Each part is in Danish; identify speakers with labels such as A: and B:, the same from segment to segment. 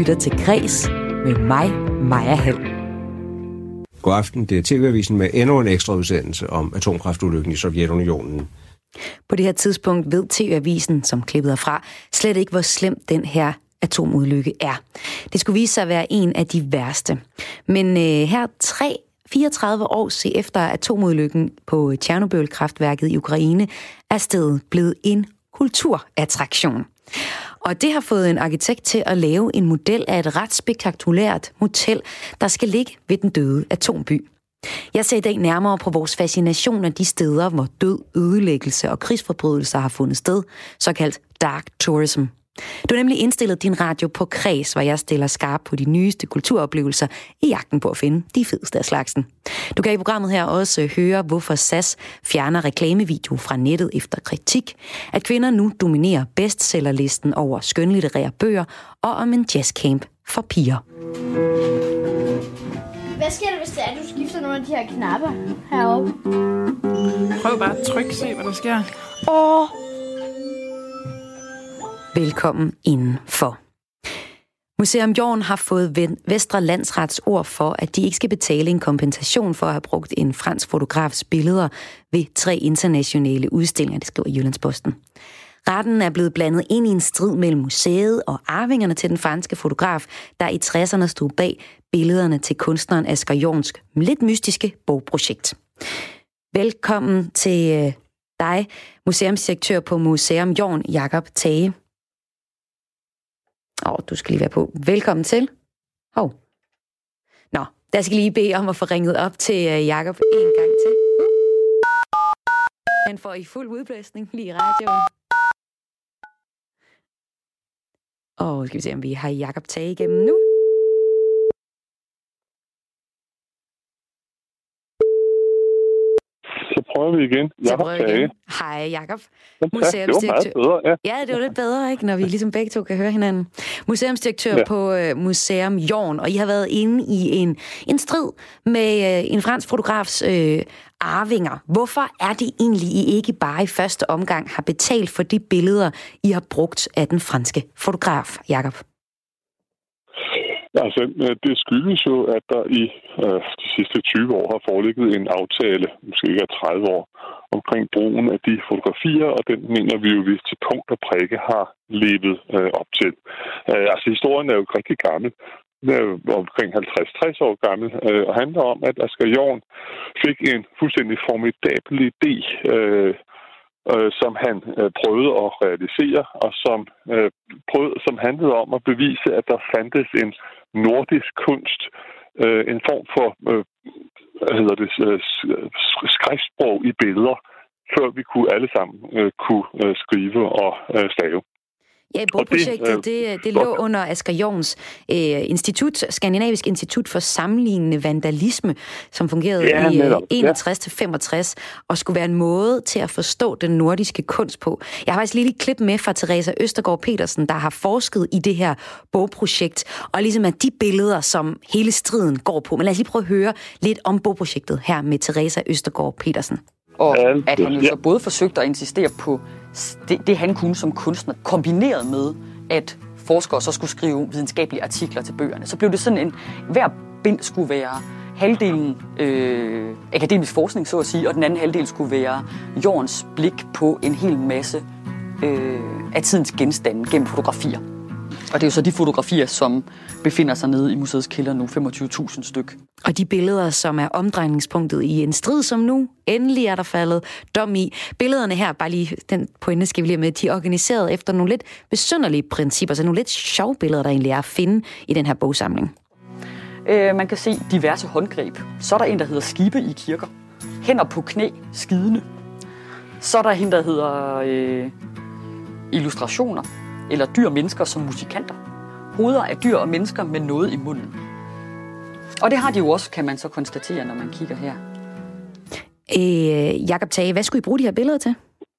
A: lytter til Græs med mig, Maja Hall.
B: God aften, det er TV-avisen med endnu en ekstra udsendelse om atomkraftulykken i Sovjetunionen.
A: På det her tidspunkt ved TV-avisen, som klippet er fra, slet ikke, hvor slem den her atomulykke er. Det skulle vise sig at være en af de værste. Men her 34 år efter atomulykken på Tjernobyl-kraftværket i Ukraine, er stedet blevet en kulturattraktion. Og det har fået en arkitekt til at lave en model af et ret spektakulært motel, der skal ligge ved den døde atomby. Jeg ser i dag nærmere på vores fascination af de steder, hvor død, ødelæggelse og krigsforbrydelser har fundet sted, såkaldt dark tourism. Du har nemlig indstillet din radio på Kreds, hvor jeg stiller skarp på de nyeste kulturoplevelser i jagten på at finde de fedeste af slagsen. Du kan i programmet her også høre, hvorfor SAS fjerner reklamevideo fra nettet efter kritik, at kvinder nu dominerer bestsellerlisten over skønlitterære bøger, og om en jazzcamp for piger.
C: Hvad sker der, hvis det er, at du skifter nogle af de her knapper heroppe?
D: Prøv bare at trykke, se hvad der sker.
A: Velkommen indenfor. Museum Jorn har fået Vestre Landsrets ord for, at de ikke skal betale en kompensation for at have brugt en fransk fotografs billeder ved 3 internationale udstillinger, det skriver Jyllandsposten. Retten er blevet blandet ind i en strid mellem museet og arvingerne til den franske fotograf, der i 60'erne stod bag billederne til kunstneren Asger Jorns lidt mystiske bogprojekt. Velkommen til dig, museumsdirektør på Museum Jorn, Jakob Tage. Du skal lige være på. Velkommen til. Nå, der skal lige bede om at få ringet op til Jakob en gang til. Han får i fuld udblæsning lige i radioen. Skal vi se, om vi har Jakob Tage igennem nu.
E: Så prøver vi igen. Jakob Tage.
A: Hej, Jakob.
E: Det var meget bedre, ja.
A: Ja, det var lidt bedre, ikke, når vi ligesom begge to kan høre hinanden. Museumsdirektør på Museum Jorn, og I har været inde i en strid med en fransk fotografs arvinger. Hvorfor er det egentlig, I ikke bare i første omgang har betalt for de billeder, I har brugt af den franske fotograf, Jakob?
E: Altså, det skyldes jo, at der i de sidste 20 år har foreligget en aftale, måske ikke 30 år, omkring brugen af de fotografier, og den mener vi jo, vi til punkt og prikke har levet op til. Altså, historien er jo rigtig gammel. Den er jo omkring 50-60 år gammel, og handler om, at Asger Jorn fik en fuldstændig formidabel idé, som han prøvede at realisere, og som handlede om at bevise, at der fandtes en nordisk kunst, en form for skriftsprog i billeder, før vi alle sammen kunne skrive og stave.
A: Ja, bogprojektet, det lå under Asger Jorns institut, Skandinavisk Institut for Sammenlignende Vandalisme, som fungerede i 61-65, og skulle være en måde til at forstå den nordiske kunst på. Jeg har faktisk lige et klip med fra Teresa Østergaard Petersen, der har forsket i det her bogprojekt, og ligesom at de billeder, som hele striden går på. Men lad os lige prøve at høre lidt om bogprojektet her med Teresa Østergaard Petersen.
F: Og at han jo så både forsøgte at insistere på det han kunne som kunstner, kombineret med, at forskere så skulle skrive videnskabelige artikler til bøgerne. Så blev det sådan hver bind skulle være halvdelen akademisk forskning, så at sige, og den anden halvdel skulle være Jorns blik på en hel masse af tidens genstande gennem fotografier. Og det er jo så de fotografier, som befinder sig nede i museets kælder nu, 25.000 styk.
A: Og de billeder, som er omdrejningspunktet i en strid, som nu endelig er der faldet dom i. Billederne her, bare lige den pointe skal vi lige med, de er organiseret efter nogle lidt besynderlige principper, så nogle lidt sjove billeder, der egentlig er at finde i den her bogsamling.
F: Man kan se diverse håndgreb. Så er der en, der hedder skibe i kirker. Hænder på knæ, skidende. Så er der en, der hedder illustrationer, eller dyr og mennesker som musikanter. Hoveder af dyr og mennesker med noget i munden. Og det har de jo også, kan man så konstatere, når man kigger her.
A: Jakob Tage, hvad skulle I bruge de her billeder til?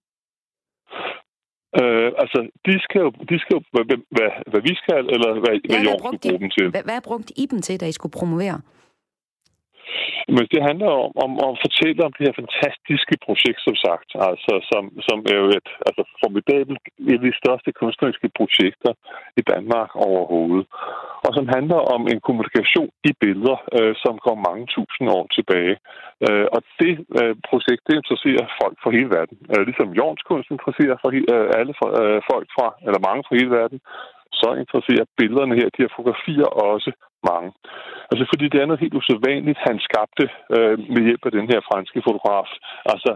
E: De skal jo hvad vi skal, eller hvad Jorn skulle bruge dem til.
A: Hvad er brugt I dem til, da I skulle promovere?
E: Men det handler om at fortælle om det her fantastiske projekt, som sagt, altså som er jo et formidabelt, et af de største kunstneriske projekter i Danmark overhovedet, og som handler om en kommunikation i billeder, som går mange tusind år tilbage. Og det projekt, det interesserer folk fra hele verden. Ligesom Jornskunst interesserer alle folk fra, eller mange fra hele verden, så interesserer billederne her, de her fotografier også mange. Altså fordi det er noget helt usædvanligt, han skabte med hjælp af den her franske fotograf. Altså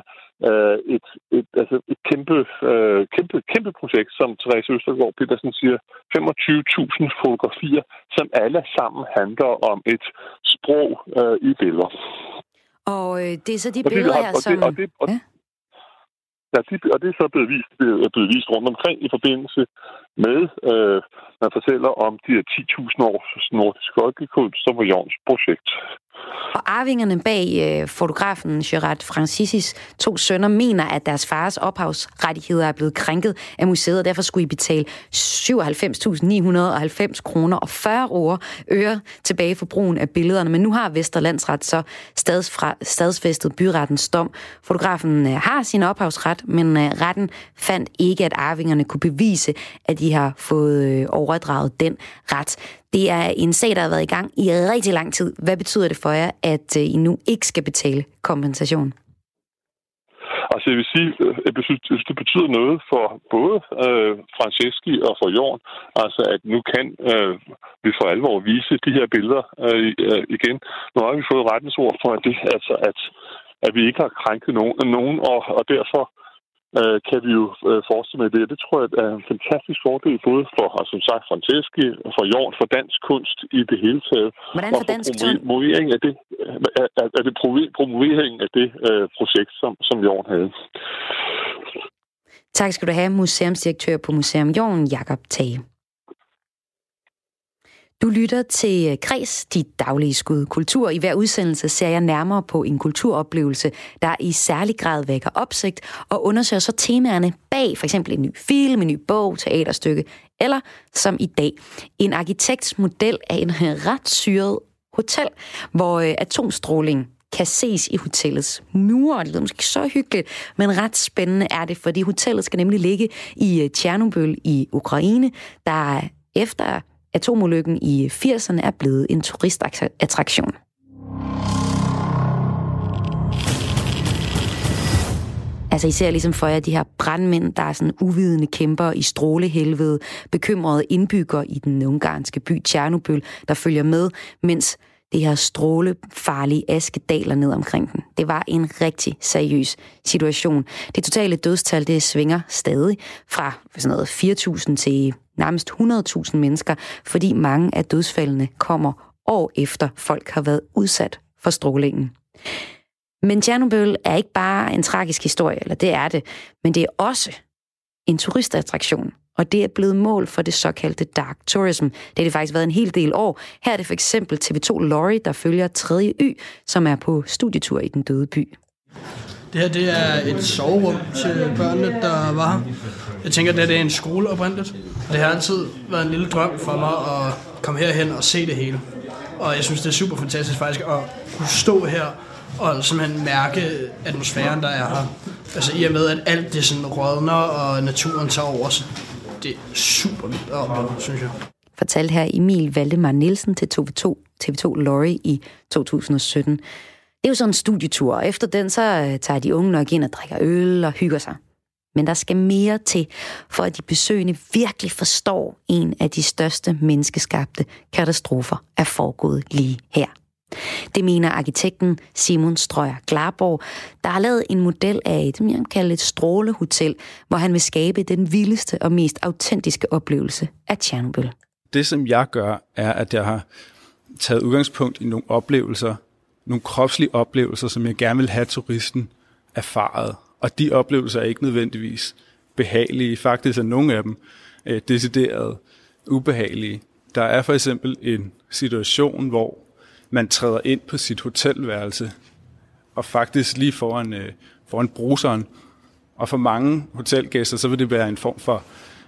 E: et kæmpe projekt, som Therese Østergaard Petersen siger, 25.000 fotografier, som alle sammen handler om et sprog i billeder.
A: Og det er så de billeder her, som...
E: Og det er så blevet vist rundt omkring i forbindelse med, man fortæller om de her 10.000 års nordiske oliekunst, som var Jorns projekt.
A: Og arvingerne bag fotografen Gerard Francisis 2 sønner mener, at deres fars ophavsrettigheder er blevet krænket af museet, og derfor skulle I betale 97.990 kroner og 40 øre tilbage for brugen af billederne. Men nu har Vestre Landsret så stadsfæstet byrettens dom. Fotografen har sin ophavsret, men retten fandt ikke, at arvingerne kunne bevise, at de har fået overdraget den ret. Det er en sag, der har været i gang i rigtig lang tid. Hvad betyder det for jer, at I nu ikke skal betale kompensation?
E: Altså jeg vil sige, at det betyder noget for både Franceschi og for Jorn, altså at nu kan vi for alvor vise de her billeder igen. Nu har vi fået rettens ord for, at det, altså at vi ikke har krænket nogen og derfor kan vi jo forestille med det. Det tror jeg er en fantastisk fordel, både for, som sagt, Franceschi, for Jorn, for dansk kunst i det hele taget.
A: Hvordan for dansk kunst?
E: Promovering af det projekt, som Jorn havde.
A: Tak skal du have, museumsdirektør på Museum Jorn, Jakob Tage. Du lytter til Kreds, dit daglige skud kultur. I hver udsendelse ser jeg nærmere på en kulturoplevelse, der i særlig grad vækker opsigt og undersøger så temaerne bag for eksempel en ny film, en ny bog, teaterstykke, eller som i dag, en arkitekts model af en ret syret hotel, hvor atomstråling kan ses i hotellets mure. Det lyder måske så hyggeligt, men ret spændende er det, fordi hotellet skal nemlig ligge i Tjernobyl i Ukraine, der efter atomulykken i 80'erne er blevet en turistattraktion. Altså især ligesom for jer de her brandmænd, der er sådan uvidende kæmper i strålehelvede, bekymrede indbyggere i den ungarske by Tjernobyl, der følger med, mens det her strålefarlige aske daler ned omkring den. Det var en rigtig seriøs situation. Det totale dødstal, det svinger stadig fra sådan noget 4.000 til nærmest 100.000 mennesker, fordi mange af dødsfaldene kommer år efter folk har været udsat for strålingen. Men Tjernobyl er ikke bare en tragisk historie, eller det er det, men det er også en turistattraktion, og det er blevet mål for det såkaldte dark tourism. Det har det faktisk været en hel del år. Her er det for eksempel TV2 Lorry, der følger 3. Y, som er på studietur i den døde by.
G: Det her, det er et soverum til børnene, der var her. Jeg tænker, at det er en skole oprindeligt. Det har altid været en lille drøm for mig at komme herhen og se det hele. Og jeg synes, det er super fantastisk faktisk at kunne stå her og simpelthen mærke atmosfæren, der er her. Altså i og med, at alt det sådan rådner, og naturen tager over sig. Det er super vildt at opleve, synes jeg.
A: Fortalte her Emil Valdemar Nielsen til TV2 Lorry i 2017. Det er jo sådan en studietur, og efter den så tager de unge nok ind og drikker øl og hygger sig. Men der skal mere til, for at de besøgende virkelig forstår en af de største menneskeskabte katastrofer er foregået lige her. Det mener arkitekten Simon Strøyer Glarborg, der har lavet en model af et strålehotel, hvor han vil skabe den vildeste og mest autentiske oplevelse af Tjernobyl.
H: Det, som jeg gør, er, at jeg har taget udgangspunkt i nogle oplevelser, nogle kropslige oplevelser, som jeg gerne vil have turisten erfaret. Og de oplevelser er ikke nødvendigvis behagelige. Faktisk er nogle af dem decideret ubehagelige. Der er for eksempel en situation, hvor man træder ind på sit hotelværelse, og faktisk lige foran bruseren. Og for mange hotelgæster, så vil det være en form for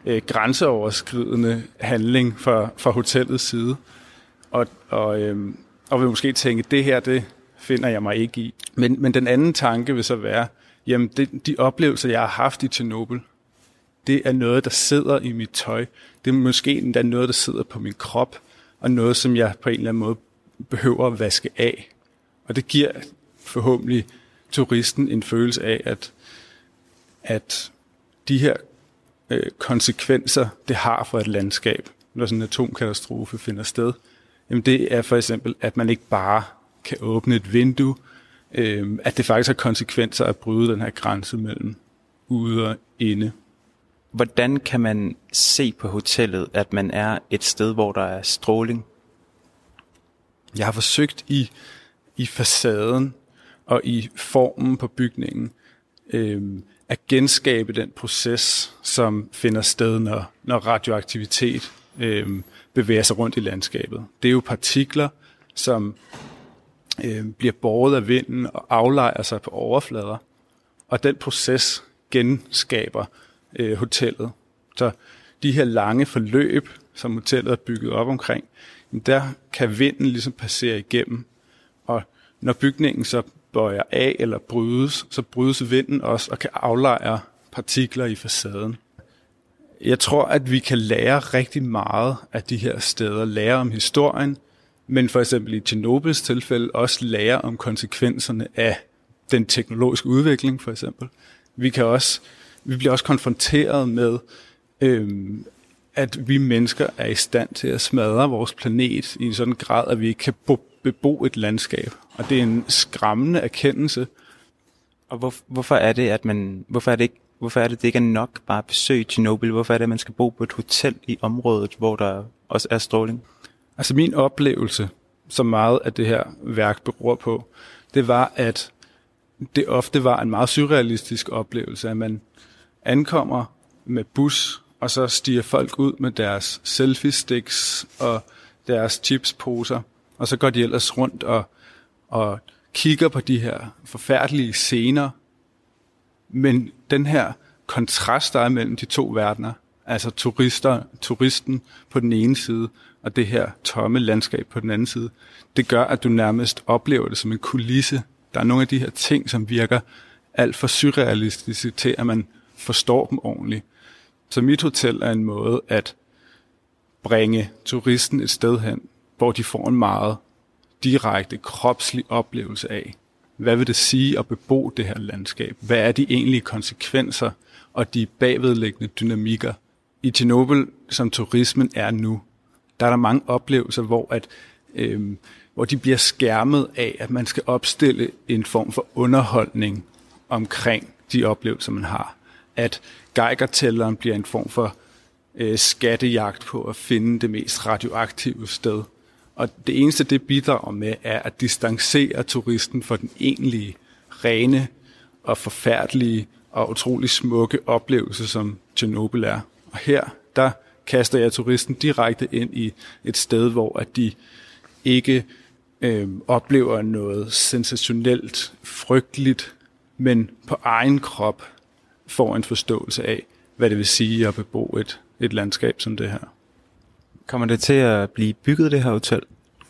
H: grænseoverskridende handling fra hotellets side. Og vil måske tænke, det her, det finder jeg mig ikke i. Men den anden tanke vil så være, jamen de oplevelser, jeg har haft i Tjernobyl, det er noget, der sidder i mit tøj. Det er måske endda noget, der sidder på min krop, og noget, som jeg på en eller anden måde behøver at vaske af. Og det giver forhåbentlig turisten en følelse af, at de her konsekvenser, det har for et landskab, når sådan en atomkatastrofe finder sted, jamen det er for eksempel, at man ikke bare kan åbne et vindue, at det faktisk har konsekvenser at bryde den her grænse mellem ude og inde.
I: Hvordan kan man se på hotellet, at man er et sted, hvor der er stråling?
H: Jeg har forsøgt i facaden og i formen på bygningen at genskabe den proces, som finder sted, når radioaktivitet bevæger sig rundt i landskabet. Det er jo partikler, som bliver båret af vinden og aflejrer sig på overflader, og den proces genskaber hotellet. Så de her lange forløb, som hotellet er bygget op omkring, der kan vinden ligesom passere igennem, og når bygningen så bøjer af eller brydes, så brydes vinden også og kan aflejre partikler i facaden. Jeg tror, at vi kan lære rigtig meget af de her steder, lære om historien, men for eksempel i Tjernobyls tilfælde også lære om konsekvenserne af den teknologiske udvikling, for eksempel. Vi bliver også konfronteret med, at vi mennesker er i stand til at smadre vores planet i en sådan grad, at vi ikke kan bebo et landskab. Og det er en skræmmende erkendelse.
I: Og hvorfor er det ikke er nok bare at besøge Tjernobyl? Hvorfor er det, at man skal bo på et hotel i området, hvor der også er stråling?
H: Altså min oplevelse, som meget af det her værk beror på, det var, at det ofte var en meget surrealistisk oplevelse, at man ankommer med bus, og så stiger folk ud med deres selfie-sticks og deres chipsposer, og så går de ellers rundt og kigger på de her forfærdelige scener. Men den her kontrast, der er mellem de to verdener, altså turisten på den ene side, og det her tomme landskab på den anden side, det gør, at du nærmest oplever det som en kulisse. Der er nogle af de her ting, som virker alt for surrealistiske til, at man forstår dem ordentligt. Så mit hotel er en måde at bringe turisten et sted hen, hvor de får en meget direkte kropslig oplevelse af, hvad vil det sige at bebo det her landskab? Hvad er de egentlige konsekvenser og de bagvedliggende dynamikker? I Tjernobyl, som turismen er nu, der er der mange oplevelser, hvor de bliver skærmet af, at man skal opstille en form for underholdning omkring de oplevelser, man har. At Geigertælleren bliver en form for skattejagt på at finde det mest radioaktive sted. Og det eneste, det bidrager med, er at distancere turisten fra den egentlige, rene og forfærdelige og utrolig smukke oplevelse, som Tjernobyl er. Og her, der kaster jeg turisten direkte ind i et sted, hvor at de ikke oplever noget sensationelt, frygteligt, men på egen krop får en forståelse af, hvad det vil sige at bebo et landskab som det her.
I: Kommer det til at blive bygget, det her hotel?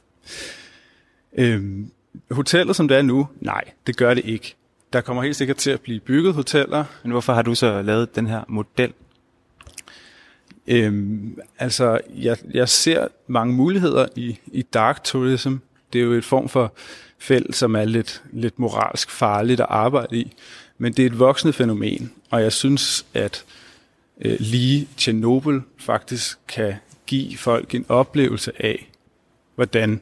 H: Hotellet, som det er nu, nej, det gør det ikke. Der kommer helt sikkert til at blive bygget hoteller.
I: Men hvorfor har du så lavet den her model?
H: Jeg ser mange muligheder i dark tourism. Det er jo et form for felt, som er lidt moralsk farligt at arbejde i. Men det er et voksende fænomen, og jeg synes, at lige Tjernobyl faktisk kan give folk en oplevelse af, hvordan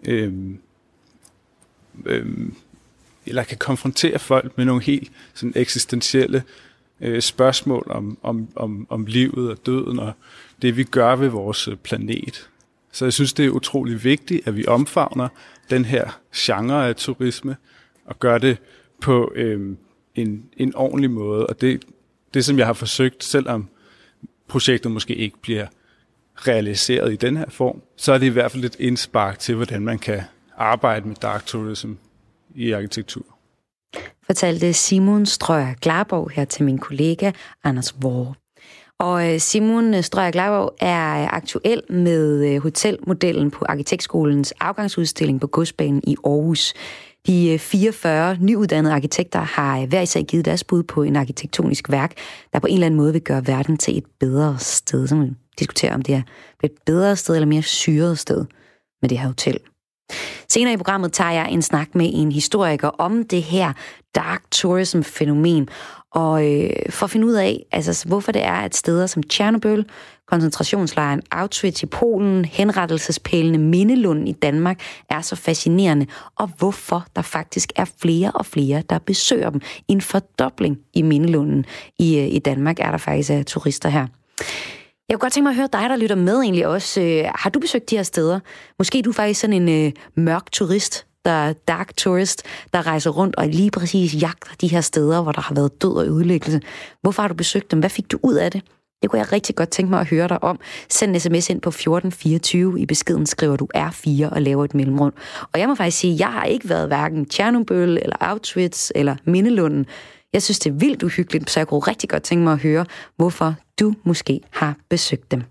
H: eller kan konfrontere folk med nogle helt sådan eksistentielle spørgsmål om livet og døden og det, vi gør ved vores planet. Så jeg synes, det er utrolig vigtigt, at vi omfavner den her genre af turisme og gør det på en ordentlig måde. Og det, som jeg har forsøgt, selvom projektet måske ikke bliver realiseret i den her form, så er det i hvert fald et indspark til, hvordan man kan arbejde med dark tourism i arkitektur.
A: Fortalte Simon Strøyer Glarbov her til min kollega Anders Vore. Og Simon Strøyer Glarbov er aktuel med hotelmodellen på Arkitektskolens afgangsudstilling på Godsbanen i Aarhus. De 44 nyuddannede arkitekter har hver især givet deres bud på en arkitektonisk værk, der på en eller anden måde vil gøre verden til et bedre sted. Så man diskuterer, om det er et bedre sted eller mere syret sted med det her hotel. Senere i programmet tager jeg en snak med en historiker om det her dark tourism-fænomen, og for at finde ud af, altså, hvorfor det er, at steder som Tjernobyl, koncentrationslejren Auschwitz i Polen, henrettelsespælene Mindelunden i Danmark er så fascinerende, og hvorfor der faktisk er flere og flere, der besøger dem. En fordobling i Mindelunden i Danmark er der faktisk af turister her. Jeg kunne godt tænke mig at høre dig, der lytter med egentlig også. Har du besøgt de her steder? Måske er du faktisk sådan en mørk turist, dark tourist, der rejser rundt og lige præcis jagter de her steder, hvor der har været død og ødelæggelse. Hvorfor har du besøgt dem? Hvad fik du ud af det? Det kunne jeg rigtig godt tænke mig at høre dig om. Send en sms ind på 1424. I beskeden skriver du R4 og laver et mellemrum. Og jeg må faktisk sige, at jeg har ikke været hverken Tjernobyl eller Auschwitz eller Mindelunden. Jeg synes, det er vildt uhyggeligt, så jeg kunne rigtig godt tænke mig at høre, hvorfor du måske har besøgt dem.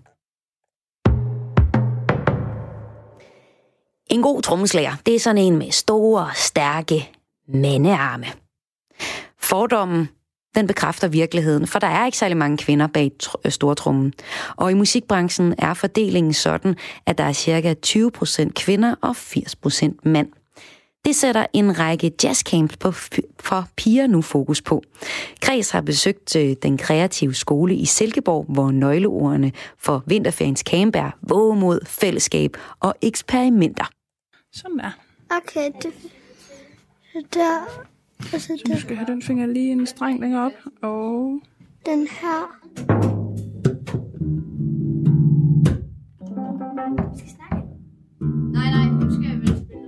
A: En god trommeslager, det er sådan en med store, stærke mandearme. Fordommen, den bekræfter virkeligheden, for der er ikke særlig mange kvinder bag stortrommen. Og i musikbranchen er fordelingen sådan, at der er cirka 20% kvinder og 80% mænd. Det sætter en række jazzcamps for piger nu fokus på. Kreds har besøgt den kreative skole i Silkeborg, hvor nøgleordene for vinterferiens camp er vågemod, fællesskab og eksperimenter.
D: Sådan der.
C: Okay, det der.
D: Så du skal have den finger lige en streng længere op. Og
C: den her. Nej, nu skal jeg vel spille.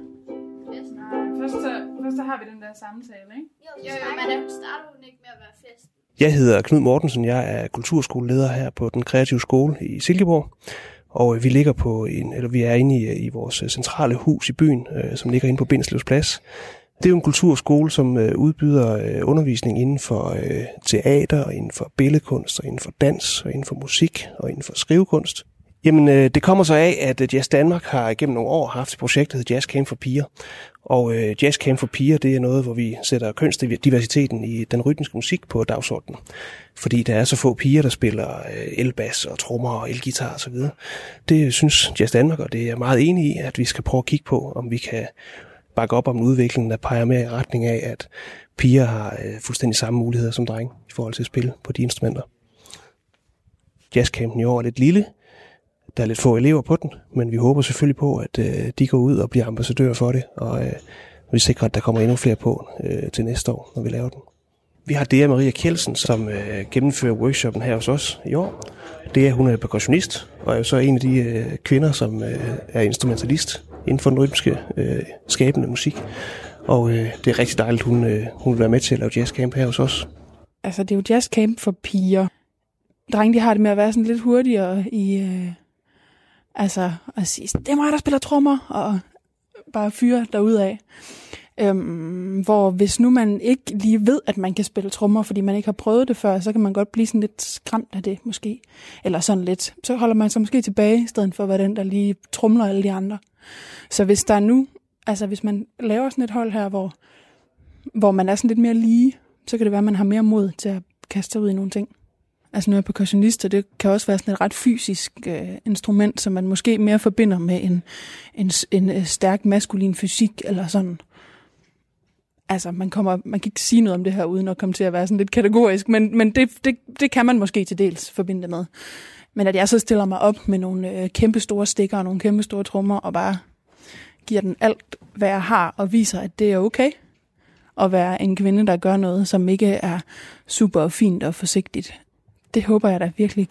D: Først så har vi den der samtale, ikke?
C: Jo, men starter hun ikke med at være fest.
J: Jeg hedder Knud Mortensen, jeg er kulturskoleleder her på den kreative skole i Silkeborg. Og vi ligger vi er inde i vores centrale hus i byen, som ligger inde på Bindslevs Plads. Det er jo en kulturskole, som udbyder undervisning inden for teater, og inden for billedkunst, og inden for dans, og inden for musik, og inden for skrivekunst. Jamen, det kommer så af, at Jazz Danmark har gennem nogle år haft et projekt, der hedder Jazz Camp for Piger. Og Jazz Camp for Piger, det er noget, hvor vi sætter kønsdiversiteten i den rytmiske musik på dagsordenen. Fordi der er så få piger, der spiller elbas og trommer og elgitar osv. Det synes Jazz Danmark, og det er jeg meget enig i, at vi skal prøve at kigge på, om vi kan bakke op om en udvikling, der peger mere i retning af, at piger har fuldstændig samme muligheder som drenge i forhold til at spille på de instrumenter. Jazzcampen i år er lidt lille. Der er lidt få elever på den, men vi håber selvfølgelig på, at de går ud og bliver ambassadører for det, og vi sikrer, at der kommer endnu flere på til næste år, når vi laver den. Vi har Dea Maria Kjeldsen, som gennemfører workshoppen her hos os i år. Dea, hun er percussionist, og er jo så en af de kvinder, som er instrumentalist inden for den rytmiske skabende musik. Og det er rigtig dejligt, hun vil være med til at lave jazzcamp her hos os.
D: Altså, det er jo jazzcamp for piger. Drenge, de har det med at være sådan lidt hurtigere i... Altså at sige, det er mig, der spiller trommer, og bare fyre derudad. Hvor hvis nu man ikke lige ved, at man kan spille trommer, fordi man ikke har prøvet det før, så kan man godt blive sådan lidt skræmt af det måske. Eller sådan lidt. Så holder man sig måske tilbage, i stedet for at være den, der lige tromler alle de andre. Så hvis der nu, altså hvis man laver sådan et hold her, hvor man er sådan lidt mere lige, så kan det være, at man har mere mod til at kaste sig ud i nogle ting. Altså nu er percussionist, og det kan også være sådan et ret fysisk instrument, som man måske mere forbinder med en stærk maskulin fysik, eller sådan. Altså man kan ikke sige noget om det her, uden at komme til at være sådan lidt kategorisk, men det kan man måske til dels forbinde det med. Men at jeg så stiller mig op med nogle kæmpe store stikker og nogle kæmpe store trommer, og bare giver den alt, hvad jeg har, og viser, at det er okay at være en kvinde, der gør noget, som ikke er super fint og forsigtigt. Det håber jeg da virkelig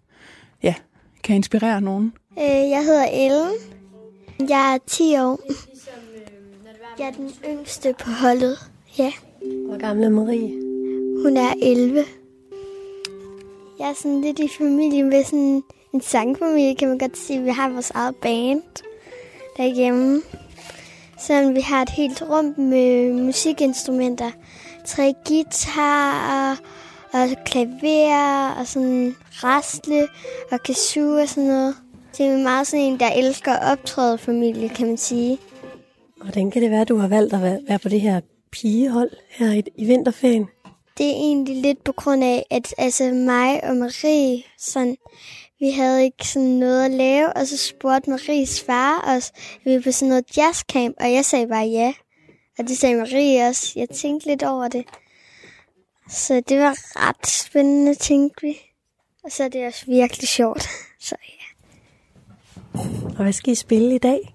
D: kan inspirere nogen.
C: Jeg hedder Ellen. Jeg er 10 år. Jeg er den yngste på holdet. Ja.
K: Hvor gammel er Marie?
C: Hun er 11. Jeg er sådan lidt i familie med sådan en sangfamilie, kan man godt sige. Vi har vores eget band derhjemme. Så vi har et helt rum med musikinstrumenter. 3 guitarer og klaver og sådan rasle og kazoo og sådan noget. Det er meget sådan en, der elsker at optræde familie, kan man sige.
K: Hvordan kan det være, at du har valgt at være på det her pigehold her i vinterferien?
C: Det er egentlig lidt på grund af, at mig og Marie, sådan, vi havde ikke sådan noget at lave, og så spurgte Maries far os, at vi var på sådan noget jazzcamp, og jeg sagde bare ja. Og det sagde Marie også. Jeg tænkte lidt over det. Så det var ret spændende, tænkte vi. Og så er det også virkelig sjovt. Så ja.
K: Og hvad skal I spille i dag?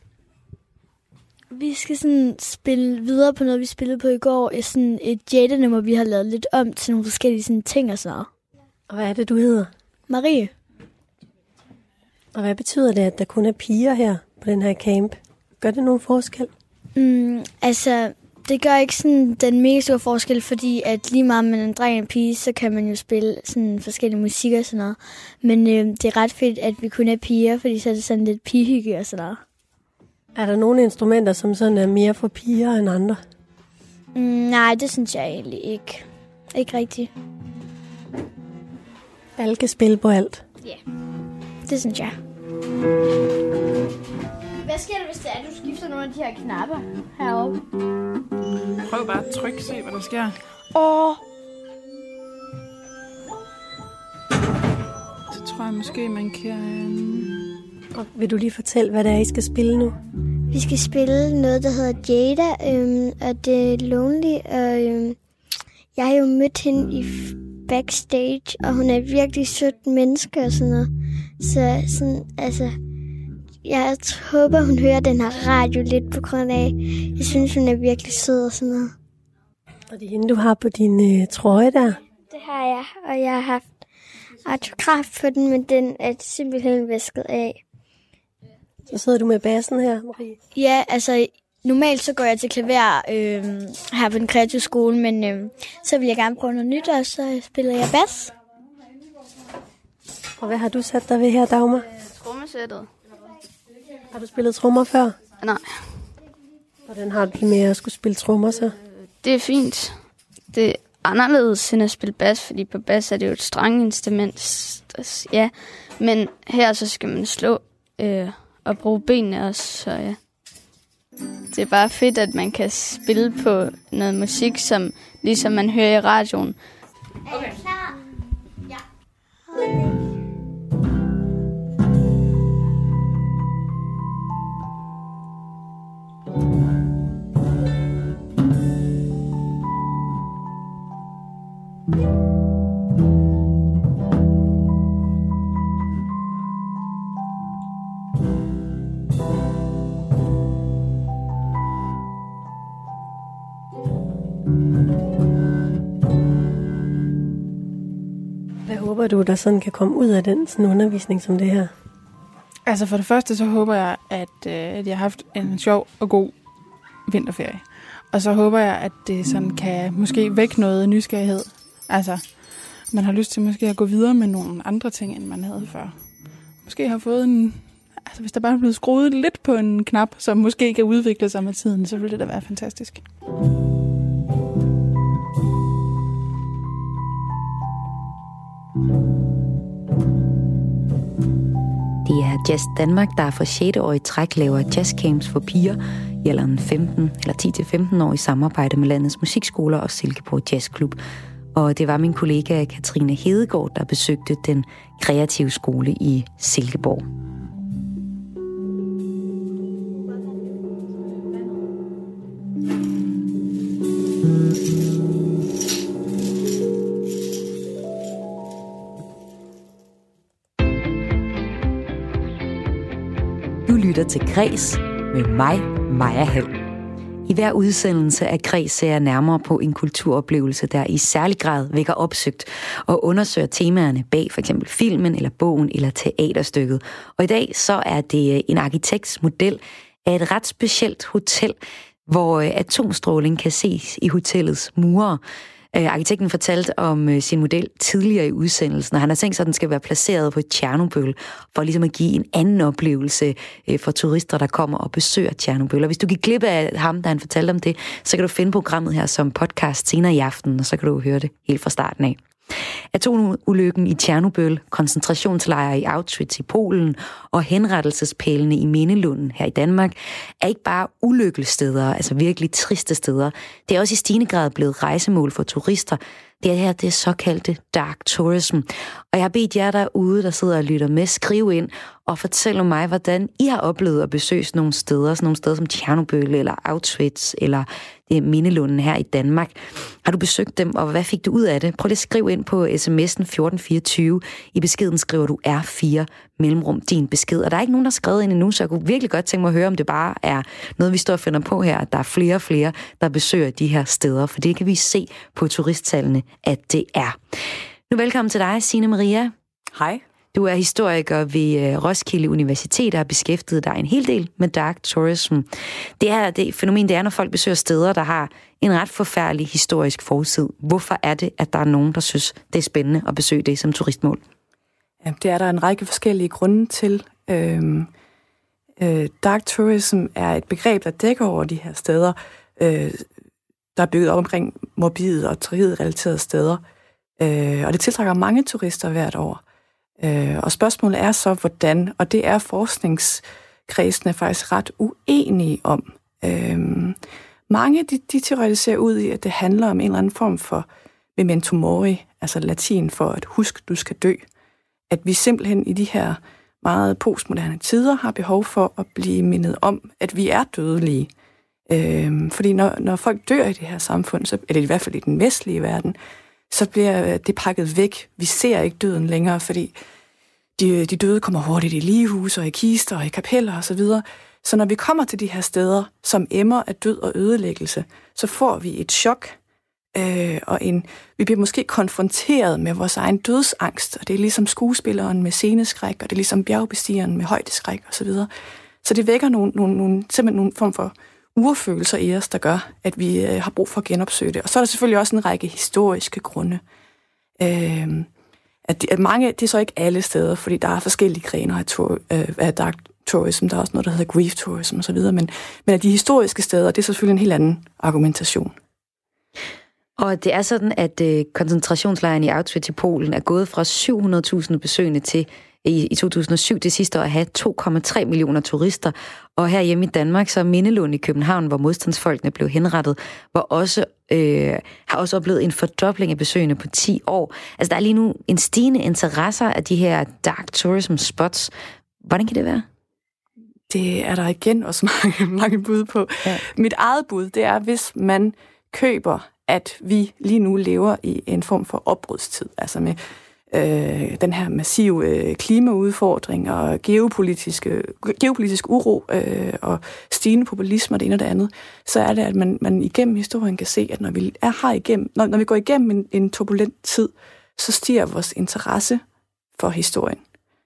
L: Vi skal sådan spille videre på noget, vi spillede på i går. Sådan et Jada-nummer, vi har lavet lidt om til nogle forskellige sådan ting og sådan noget.
K: Og hvad er det, du hedder?
L: Marie.
K: Og hvad betyder det, at der kun er piger her på den her camp? Gør det nogen forskel?
L: Det gør ikke sådan den mega store forskel, fordi at lige meget med en dreng og en pige, så kan man jo spille sådan forskellige musik og sådan noget. Men det er ret fedt, at vi kun er piger, fordi så er det sådan lidt pigehygge og sådan noget.
K: Er der nogle instrumenter, som sådan er mere for piger end andre?
L: Nej, det synes jeg egentlig ikke. Ikke rigtigt.
K: Alle kan spille på alt?
L: Ja, det synes jeg. Hvad sker der, hvis det er, at du skifter nogle af de her knapper heroppe?
D: Prøv bare at trykke, se hvad der sker. Så tror jeg måske, man kan...
K: Og vil du lige fortælle, hvad det er, I skal spille nu?
C: Vi skal spille noget, der hedder Jada, og det er Lonely, og jeg har jo mødt hende i backstage, og hun er virkelig sødt menneske og sådan noget. Så sådan, jeg håber, hun hører den her radio lidt på grund af, jeg synes, hun er virkelig sød og sådan noget.
K: Og det er hende, du har på din trøje der?
C: Det har jeg, og jeg har haft autograf på den, men den er simpelthen vasket af.
K: Så sidder du med bassen her, Marie?
L: Ja, normalt så går jeg til klaver her på den kreative skole, men så vil jeg gerne prøve noget nyt, og så spiller jeg bas.
K: Og hvad har du sat dig ved her, Dagmar?
M: Trommesættet.
K: Har du spillet trommer før?
M: Nej.
K: Hvordan har du det med at skulle spille trommer så?
M: Det er fint. Det er anderledes end at spille bas, fordi på bas er det jo et strenginstrument. Ja, men her så skal man slå og bruge benene også, så ja. Det er bare fedt, at man kan spille på noget musik, som ligesom man hører i radioen.
C: Okay. Klar? Ja.
K: Hvad håber du, der sådan kan komme ud af den sådan undervisning som det her?
D: Altså for det første, så håber jeg, at jeg har haft en sjov og god vinterferie. Og så håber jeg, at det sådan kan måske vække noget nysgerrighed. Altså, man har lyst til måske at gå videre med nogle andre ting, end man havde før. Måske har fået en... Altså, hvis der bare er blevet skruet lidt på en knap, som måske kan udvikle sig med tiden, så ville det da være fantastisk.
A: Det er Jazz Danmark, der for 6. år i træk laver jazzcamps for piger i alderen 15 eller 10-15 år i samarbejde med landets musikskoler og Silkeborg Jazzklub. Og det var min kollega Katrine Hedegaard, der besøgte den kreative skole i Silkeborg. Du lytter til Kres med mig, Maja Hall. I hver udsendelse af Kres ser jeg nærmere på en kulturoplevelse, der i særlig grad vækker opsøgt og undersøger temaerne bag for eksempel filmen eller bogen eller teaterstykket. Og i dag så er det en arkitekts model af et ret specielt hotel, hvor atomstråling kan ses i hotellets mure. Arkitekten fortalte om sin model tidligere i udsendelsen, og han har tænkt sig, at den skal være placeret på Tjernobyl, for ligesom at give en anden oplevelse for turister, der kommer og besøger Tjernobyl. Og hvis du gik glip af ham, da han fortalte om det, så kan du finde programmet her som podcast senere i aften, og så kan du høre det helt fra starten af. Atomulykken i Tjernobyl, koncentrationslejre i Auschwitz i Polen og henrettelsespælene i Mindelunden her i Danmark er ikke bare ulykkessteder, altså virkelig triste steder. Det er også i stigende grad blevet rejsemål for turister. Det er såkaldte dark tourism. Og jeg har bedt jer derude, der sidder og lytter med, skrive ind og fortælle mig, hvordan I har oplevet at besøge sådan nogle steder som Tjernobyl eller Auschwitz eller Mindelunden her i Danmark. Har du besøgt dem, og hvad fik du ud af det? Prøv lige at skrive ind på sms'en 1424. I beskeden skriver du R4 mellemrum din besked. Og der er ikke nogen, der har skrevet ind endnu, så jeg kunne virkelig godt tænke mig at høre, om det bare er noget, vi står og finder på her, at der er flere og flere, der besøger de her steder, for det kan vi se på turisttallene, at det er. Nu velkommen til dig, Signe Maria.
N: Hej.
A: Du er historiker ved Roskilde Universitet og har beskæftiget dig en hel del med dark tourism. Det fænomen, det er, når folk besøger steder, der har en ret forfærdelig historisk fortid. Hvorfor er det, at der er nogen, der synes, det er spændende at besøge det som turistmål?
N: Ja, det er der en række forskellige grunde til. Dark tourism er et begreb, der dækker over de her steder, der er bygget op omkring morbide og tragedie-relaterede steder. Og det tiltrækker mange turister hvert år. Og spørgsmålet er så, hvordan, og det er forskningskredsene faktisk ret uenige om. Mange de teoretiserer ud i, at det handler om en eller anden form for memento mori, altså latin for at husk, du skal dø. At vi simpelthen i de her meget postmoderne tider har behov for at blive mindet om, at vi er dødelige. Fordi når folk dør i det her samfund, så, eller i hvert fald i den vestlige verden, så bliver det pakket væk. Vi ser ikke døden længere, fordi de døde kommer hurtigt i ligehuse og i kister og i kapeller osv. Så når vi kommer til de her steder, som emmer af død og ødelæggelse, så får vi et chok, og vi bliver måske konfronteret med vores egen dødsangst, og det er ligesom skuespilleren med sceneskræk, og det er ligesom bjergbestigeren med højdeskræk osv. Så det vækker simpelthen nogle form for urfølelser i os, der gør, at vi har brug for at genopsøge det. Og så er der selvfølgelig også en række historiske grunde. At mange, det er så ikke alle steder, fordi der er forskellige grener af dark tourism. Der er også noget, der hedder grief tourism osv. Men at de historiske steder, det er selvfølgelig en helt anden argumentation.
A: Og det er sådan, at koncentrationslejren i Auschwitz i Polen er gået fra 700.000 besøgende til i 2007 det sidste år at have 2,3 millioner turister. Og her hjemme i Danmark, så er Mindelund i København, hvor modstandsfolkene blev henrettet, har også oplevet en fordobling af besøgende på 10 år. Altså der er lige nu en stigende interesse af de her dark tourism spots. Hvordan kan det være?
N: Det er der igen også mange bud på. Ja. Mit eget bud, det er, hvis man køber, at vi lige nu lever i en form for opbrudstid, altså med den her massive klimaudfordring og geopolitisk uro og stigende populisme og det ene og det andet, så er det, at man igennem historien kan se, at når vi går igennem en turbulent tid, så stiger vores interesse for historien.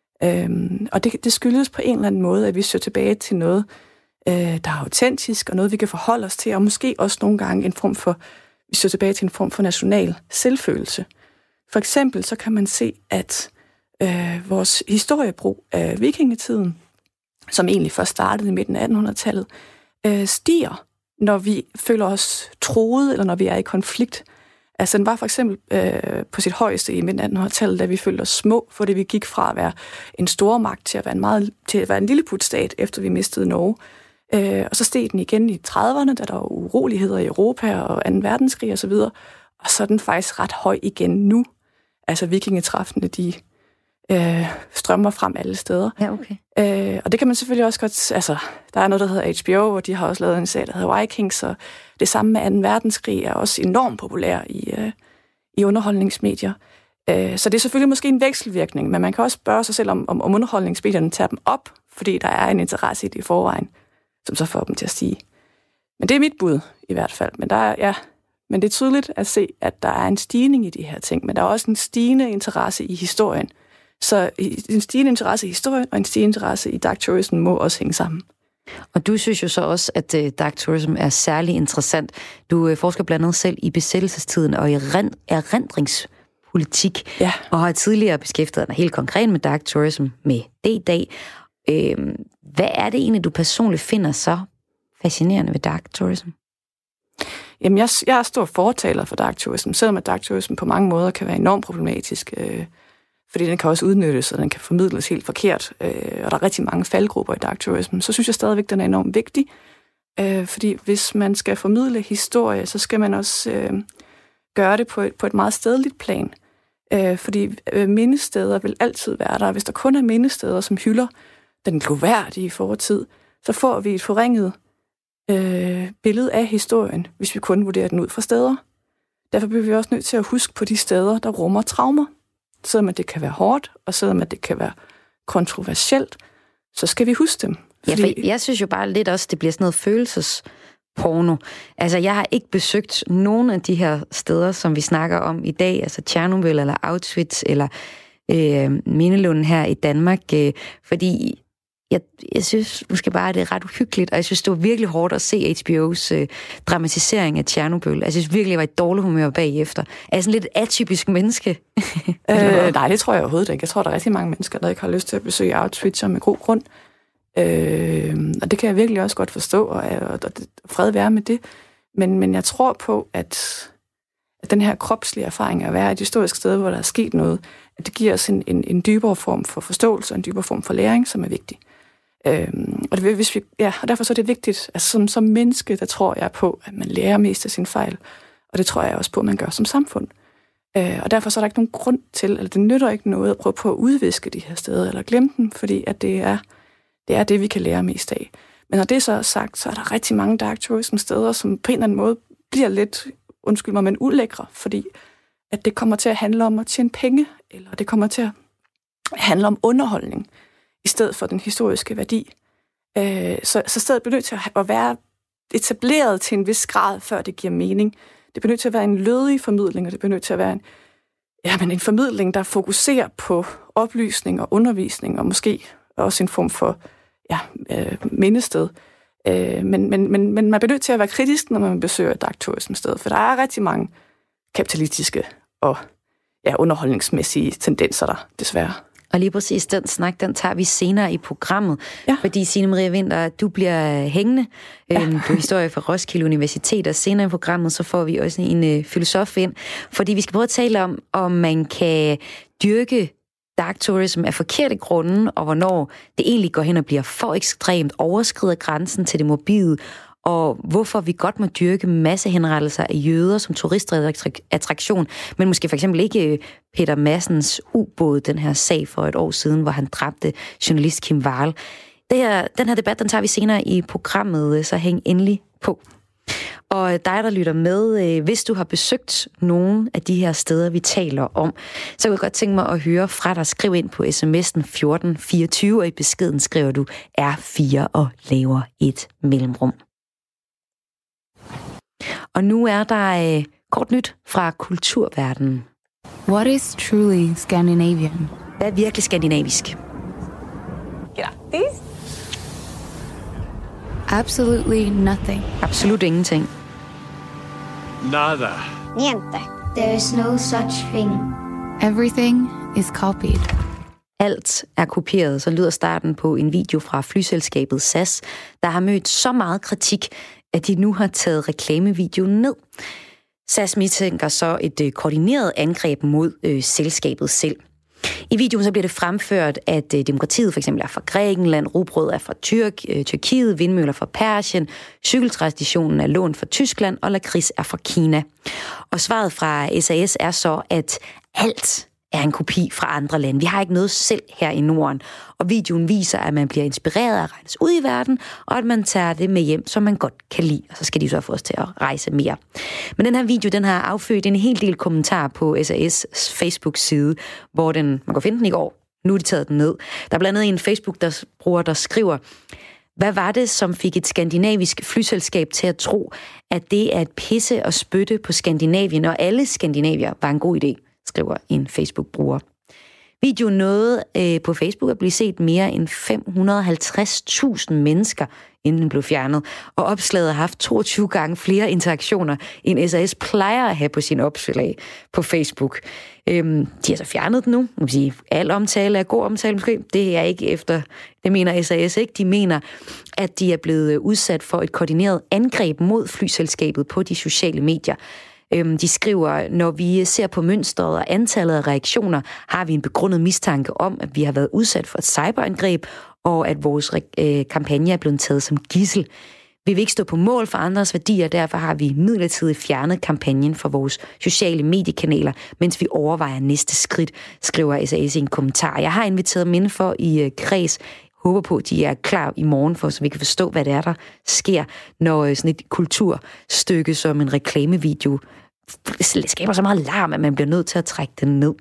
N: Og det skyldes på en eller anden måde, at vi søger tilbage til noget, der er autentisk, og noget, vi kan forholde os til, og måske også nogle gange vi søger tilbage til en form for national selvfølelse. For eksempel så kan man se, at vores historiebrug af vikingetiden, som egentlig først startede i midten af 1800-tallet, stiger, når vi føler os truet, eller når vi er i konflikt. Altså den var for eksempel på sit højeste i midten af 1800-tallet, da vi følte os små, fordi vi gik fra at være en stormagt til at være en lilleputstat, efter vi mistede Norge. Og så steg den igen i 30'erne, da der var uroligheder i Europa og 2. verdenskrig osv., og så er den faktisk ret høj igen nu. Altså vikingetræffene, de strømmer frem alle steder.
A: Ja, okay.
N: Og det kan man selvfølgelig også godt... Altså, der er noget, der hedder HBO, og de har også lavet en serie, der hedder Vikings, og det samme med 2. verdenskrig er også enormt populær i underholdningsmedier. Så det er selvfølgelig måske en vekselvirkning, men man kan også spørge sig selv, om underholdningsmedierne tager dem op, fordi der er en interesse i det i forvejen, som så får dem til at stige. Men det er mit bud, i hvert fald. Men det er tydeligt at se, at der er en stigning i de her ting, men der er også en stigende interesse i historien. Så en stigende interesse i historien og en stigende interesse i dark tourism må også hænge sammen.
A: Og du synes jo så også, at dark tourism er særlig interessant. Du forsker blandt andet selv i besættelsestiden og i erindringspolitik,
N: ja.
A: Og har tidligere beskæftiget dig helt konkret med dark tourism med D-Dag. Hvad er det egentlig, du personligt finder så fascinerende ved dark tourism?
N: Jamen, jeg er stor fortaler for dark tourism, selvom at dark tourism på mange måder kan være enormt problematisk, fordi den kan også udnyttes, og den kan formidles helt forkert, og der er rigtig mange faldgrupper i dark tourism, så synes jeg stadigvæk, den er enormt vigtig, fordi hvis man skal formidle historie, så skal man også gøre det på et meget stedligt plan, fordi mindesteder vil altid være der. Hvis der kun er mindesteder, som hylder den gloværdige fortid, så får vi et forringet billede af historien, hvis vi kun vurderer den ud fra steder. Derfor bliver vi også nødt til at huske på de steder, der rummer traumer. Selvom at det kan være hårdt, og selvom at det kan være kontroversielt, så skal vi huske dem.
A: Fordi... Ja, for jeg synes jo bare lidt også, det bliver sådan noget følelsesporno. Altså, jeg har ikke besøgt nogen af de her steder, som vi snakker om i dag, altså Tjernobyl eller Auschwitz eller Mindelunden her i Danmark, fordi jeg synes måske bare, at det er ret uhyggeligt, og jeg synes, det var virkelig hårdt at se HBO's dramatisering af Tjernobyl. Jeg synes virkelig, jeg var i dårlig humør bagefter. Er jeg sådan lidt atypisk menneske?
N: Nej, det tror jeg overhovedet ikke. Jeg tror, der er rigtig mange mennesker, der ikke har lyst til at besøge Auschwitz med god grund. Og det kan jeg virkelig også godt forstå, og fred være med det. Men jeg tror på, at den her kropslige erfaring at være et historisk sted, hvor der er sket noget, at det giver os en dybere form for forståelse og en dybere form for læring, som er vigtig. Og derfor så er det vigtigt, at som menneske, der tror jeg på, at man lærer mest af sin fejl, og det tror jeg også på, at man gør som samfund. Og derfor så er der ikke nogen grund til, eller det nytter ikke noget at prøve på at udviske de her steder, eller glemme dem, fordi at det er det, vi kan lære mest af. Men når det så er sagt, så er der rigtig mange dark tourism steder, som på en eller anden måde bliver lidt, undskyld mig, men ulækre, fordi at det kommer til at handle om at tjene penge, eller det kommer til at handle om underholdning, i stedet for den historiske værdi. Så stedet bliver nødt til at være etableret til en vis grad, før det giver mening. Det bliver nødt til at være en lødig formidling, og det bliver nødt til at være en formidling, der fokuserer på oplysning og undervisning, og måske også en form for mindested. Men man bliver nødt til at være kritisk, når man besøger et dark tourism sted, for der er rigtig mange kapitalistiske og underholdningsmæssige tendenser der, desværre.
A: Og lige præcis den snak, den tager vi senere i programmet, fordi Signe Marie Winther, du bliver hængende. Du er historie fra Roskilde Universitet, og senere i programmet, så får vi også en filosof ind, fordi vi skal prøve at tale om man kan dyrke dark tourism af forkerte grunde, og hvornår det egentlig går hen og bliver for ekstremt, overskrider grænsen til det morbide, og hvorfor vi godt må dyrke massehenrettelser af jøder som turistattraktion, men måske for eksempel ikke Peter Madsens ubåd, den her sag for et år siden, hvor han dræbte journalist Kim Wall. Den her debat, den tager vi senere i programmet, så hæng endelig på. Og dig, der lytter med, hvis du har besøgt nogle af de her steder, vi taler om, så kunne jeg godt tænke mig at høre fra dig. Skriv ind på sms'en 1424, og i beskeden skriver du R4 og laver et mellemrum. Og nu er der kort nyt fra kulturverdenen.
O: What is truly Scandinavian?
A: Hvad er virkelig skandinavisk?
O: Grattis! Absolutely nothing.
A: Absolut ingenting.
P: Nada.
Q: Niente. There is no such thing.
O: Everything is copied.
A: Alt er kopieret, så lyder starten på en video fra flyselskabet SAS, der har mødt så meget kritik, at de nu har taget reklamevideoen ned. SAS mistænker så et koordineret angreb mod selskabet selv. I videoen så bliver det fremført, at demokratiet for eksempel er fra Grækenland, rugbrød er fra Tyrkiet, vindmøller fra Persien, cykeltraditionen er lånt fra Tyskland, og lakrids er fra Kina. Og svaret fra SAS er så, at alt er en kopi fra andre lande. Vi har ikke noget selv her i Norden. Og videoen viser, at man bliver inspireret af at rejse ud i verden, og at man tager det med hjem, som man godt kan lide. Og så skal de så få os til at rejse mere. Men den her video, den har affødt en hel del kommentarer på SAS' Facebook-side, hvor man kan finde den i går. Nu er de taget den ned. Der er blandt andet en Facebook-bruger, der skriver: hvad var det, som fik et skandinavisk flyselskab til at tro, at det er at pisse og spytte på Skandinavien, og alle skandinavier var en god idé, skriver en Facebook-bruger. Videoen nåede på Facebook at blive set mere end 550.000 mennesker, inden den blev fjernet. Og opslaget har haft 22 gange flere interaktioner, end SAS plejer at have på sin opslag på Facebook. De har så fjernet den nu. Man kan sige, al omtale er god omtale måske. Det er ikke efter, det mener SAS ikke. De mener, at de er blevet udsat for et koordineret angreb mod flyselskabet på de sociale medier. De skriver, når vi ser på mønstret og antallet af reaktioner, har vi en begrundet mistanke om, at vi har været udsat for et cyberangreb, og at vores kampagne er blevet taget som gidsel. Vi vil ikke stå på mål for andres værdier, derfor har vi midlertidigt fjernet kampagnen fra vores sociale mediekanaler, mens vi overvejer næste skridt, skriver SAS i en kommentar. Jeg har inviteret dem indenfor i kreds. Håber på, at de er klar i morgen, for så vi kan forstå, hvad det er, der sker, når sådan et kulturstykke som en reklamevideo skaber så meget larm, at man bliver nødt til at trække den ned.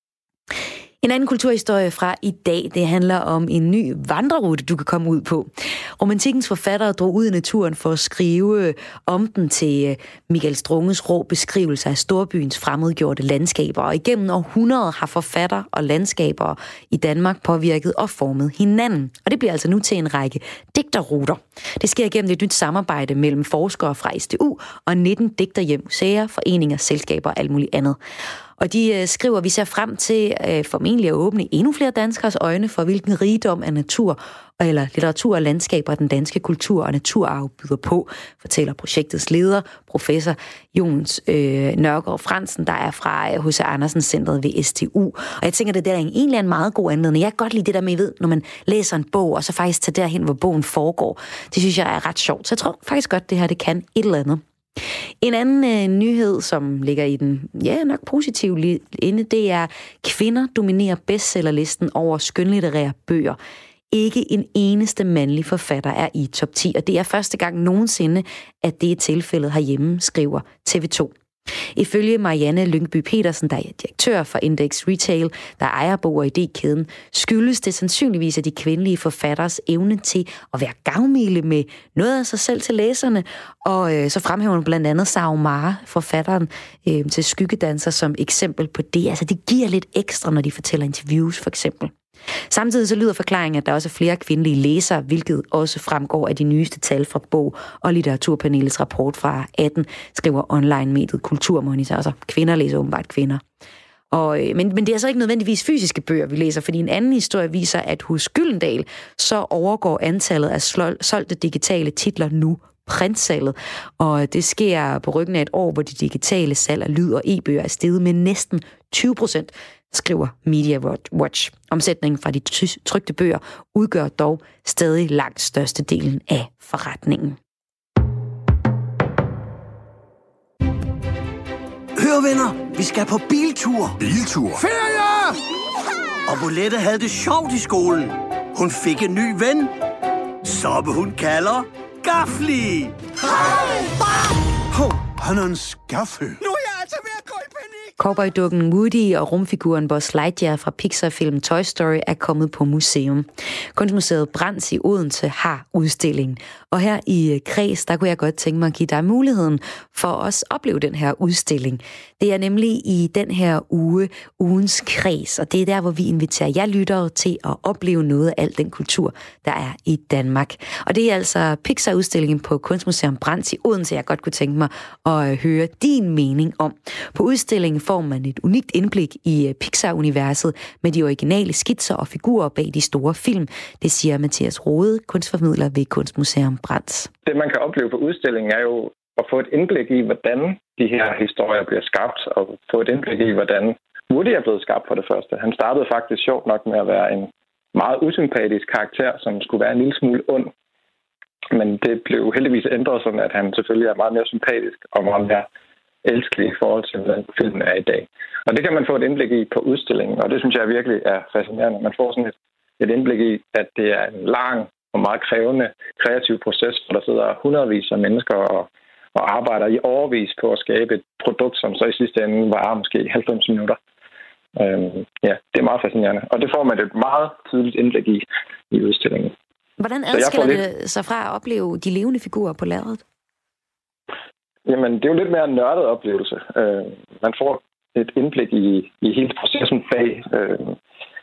A: En anden kulturhistorie fra i dag, det handler om en ny vandrerute, du kan komme ud på. Romantikkens forfattere drog ud i naturen for at skrive om den til Michael Strunges rå beskrivelser af storbyens fremmedgjorte landskaber. Og igennem århundreder har forfattere og landskaber i Danmark påvirket og formet hinanden. Og det bliver altså nu til en række digterruter. Det sker gennem et nyt samarbejde mellem forskere fra SDU og 19 digterhjem, museer, foreninger, selskaber og alt muligt andet. Og de skriver, at vi ser frem til formentlig at åbne endnu flere danskeres øjne for, hvilken rigdom af natur eller litteratur og landskaber den danske kultur og naturarv byder på, fortæller projektets leder, professor Jons Nørgaard Fransen, der er fra H.C. Andersen Centret ved SDU. Og jeg tænker, det der er egentlig en meget god anledning. Jeg kan godt lide det der med, ved, når man læser en bog, og så faktisk tager derhen, hvor bogen foregår. Det synes jeg er ret sjovt. Så jeg tror faktisk godt, det her det kan et eller andet. En anden nyhed, som ligger i den nok positive inde, det er, kvinder dominerer bestsellerlisten over skønlitterære bøger. Ikke en eneste mandlig forfatter er i top 10, og det er første gang nogensinde, at det er tilfældet herhjemme, skriver TV2. Ifølge Marianne Lyngby Petersen, der er direktør for Index Retail, der ejer Bog og Idé-kæden, skyldes det sandsynligvis af de kvindelige forfatteres evne til at være gavmilde med noget af sig selv til læserne, og så fremhæver hun blandt andet Sara Omar, forfatteren til Skyggedanser, som eksempel på det. Altså det giver lidt ekstra, når de fortæller interviews for eksempel. Samtidig så lyder forklaringen, at der også er flere kvindelige læsere, hvilket også fremgår af de nyeste tal fra Bog- og Litteraturpanelets rapport fra 18, skriver online-mediet Kulturmonitor. Altså kvinder læser åbenbart kvinder. Men det er altså ikke nødvendigvis fysiske bøger, vi læser, fordi en anden historie viser, at hos Gyldendal så overgår antallet af solgte digitale titler nu printsalget, og det sker på ryggen af et år, hvor de digitale salg af lyd- og e-bøger er steget med næsten 20%, skriver Media Watch. Omsætningen fra de trykte bøger udgør dog stadig langt størstedelen af forretningen.
R: Hør venner, vi skal på biltur.
S: Biltur?
R: Ferie! Og Bolette havde det sjovt i skolen. Hun fik en ny ven, som hun kalder Gafli.
S: Hov, han er en skaffel.
R: Nu er jeg altså ved at gå i panik.
A: Cowboydukken Woody og rumfiguren Buzz Lightyear fra Pixar-filmen Toy Story er kommet på museum. Kunstmuseet Brands i Odense har udstillingen. Og her i Kreds, der kunne jeg godt tænke mig at give dig muligheden for os at opleve den her udstilling. Det er nemlig i den her uge, ugens Kreds, og det er der, hvor vi inviterer jer lyttere til at opleve noget af al den kultur, der er i Danmark. Og det er altså Pixar-udstillingen på Kunstmuseum Brands i Odense, jeg godt kunne tænke mig at høre din mening om. På udstillingen får man et unikt indblik i Pixar-universet med de originale skitser og figurer bag de store film. Det siger Mathias Rode, kunstformidler ved Kunstmuseum Brands.
T: Det, man kan opleve på udstillingen, er jo at få et indblik i, hvordan de her historier bliver skabt, og få et indblik i, hvordan Woody er blevet skabt for det første. Han startede faktisk sjovt nok med at være en meget usympatisk karakter, som skulle være en lille smule ond. Men det blev heldigvis ændret sådan, at han selvfølgelig er meget mere sympatisk og meget mere elskelig i forhold til, hvordan filmen er i dag. Og det kan man få et indblik i på udstillingen, og det synes jeg virkelig er fascinerende. Man får sådan et indblik i, at det er en lang og meget krævende kreativ proces, hvor der sidder hundredvis af mennesker og arbejder i årevis på at skabe et produkt, som så i sidste ende varer måske 90 minutter. Det er meget fascinerende, og det får man et meget tydeligt indblik i udstillingen.
A: Hvordan adskiller det sig fra at opleve de levende figurer på lærredet?
T: Jamen, det er jo lidt mere en nørdet oplevelse. Man får et indblik i hele processen bag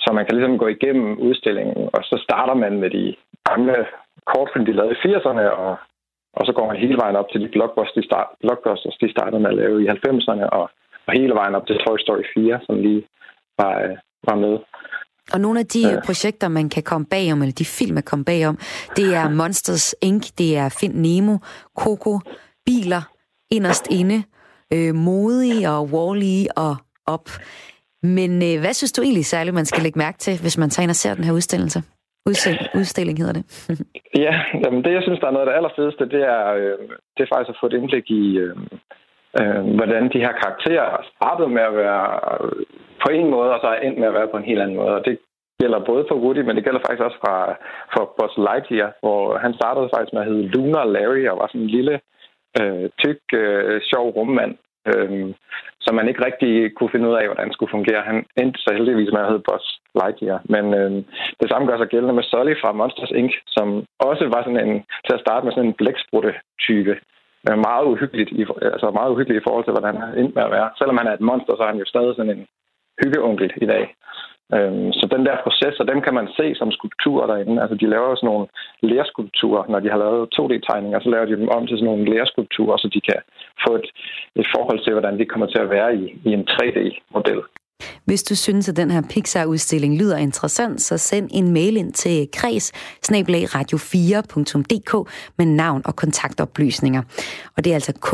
T: Så man kan ligesom gå igennem udstillingen, og så starter man med de gamle kortfilm, de lavede i 80'erne, og så går man hele vejen op til de blockbusters, de startede med at lave i 90'erne, og hele vejen op til Toy Story 4, som lige var med.
A: Og nogle af de projekter, man kan komme bagom, eller de film, man kan komme bagom, det er Monsters Inc., det er Find Nemo, Coco, Biler, Inderst Inde, Modig og Wall-E og Op. Men hvad synes du egentlig særligt, man skal lægge mærke til, hvis man tager ind og ser den her udstilling hedder det?
T: Ja, jamen det, jeg synes, der er noget af det allerfedeste, det er faktisk at få et indblik i, hvordan de her karakterer startede med at være på en måde, og så er endt med at være på en helt anden måde. Og det gælder både for Woody, men det gælder faktisk også for Buzz Lightyear, hvor han startede faktisk med at hedde Lunar Larry, og var sådan en lille, tyk, sjov rummand, som man ikke rigtig kunne finde ud af, hvordan skulle fungere. Han endte så heldigvis med at hedde Buzz Lightyear. Men det samme gør sig gældende med Sully fra Monsters Inc., som også var sådan en, til at starte med sådan en blæksprutte-type. Meget uhyggelig i forhold til, hvordan han endte med at være. Selvom han er et monster, så er han jo stadig sådan en hyggeonkel i dag. Så den der proces, og dem kan man se som skulpturer derinde. Altså, de laver jo sådan nogle lerskulpturer, når de har lavet 2D-tegninger, så laver de dem om til sådan nogle lerskulpturer, så de kan få et forhold til, hvordan de kommer til at være i en 3D-model.
A: Hvis du synes, at den her Pixar-udstilling lyder interessant, så send en mail ind til kreds@radio4.dk med navn og kontaktoplysninger. Og det er altså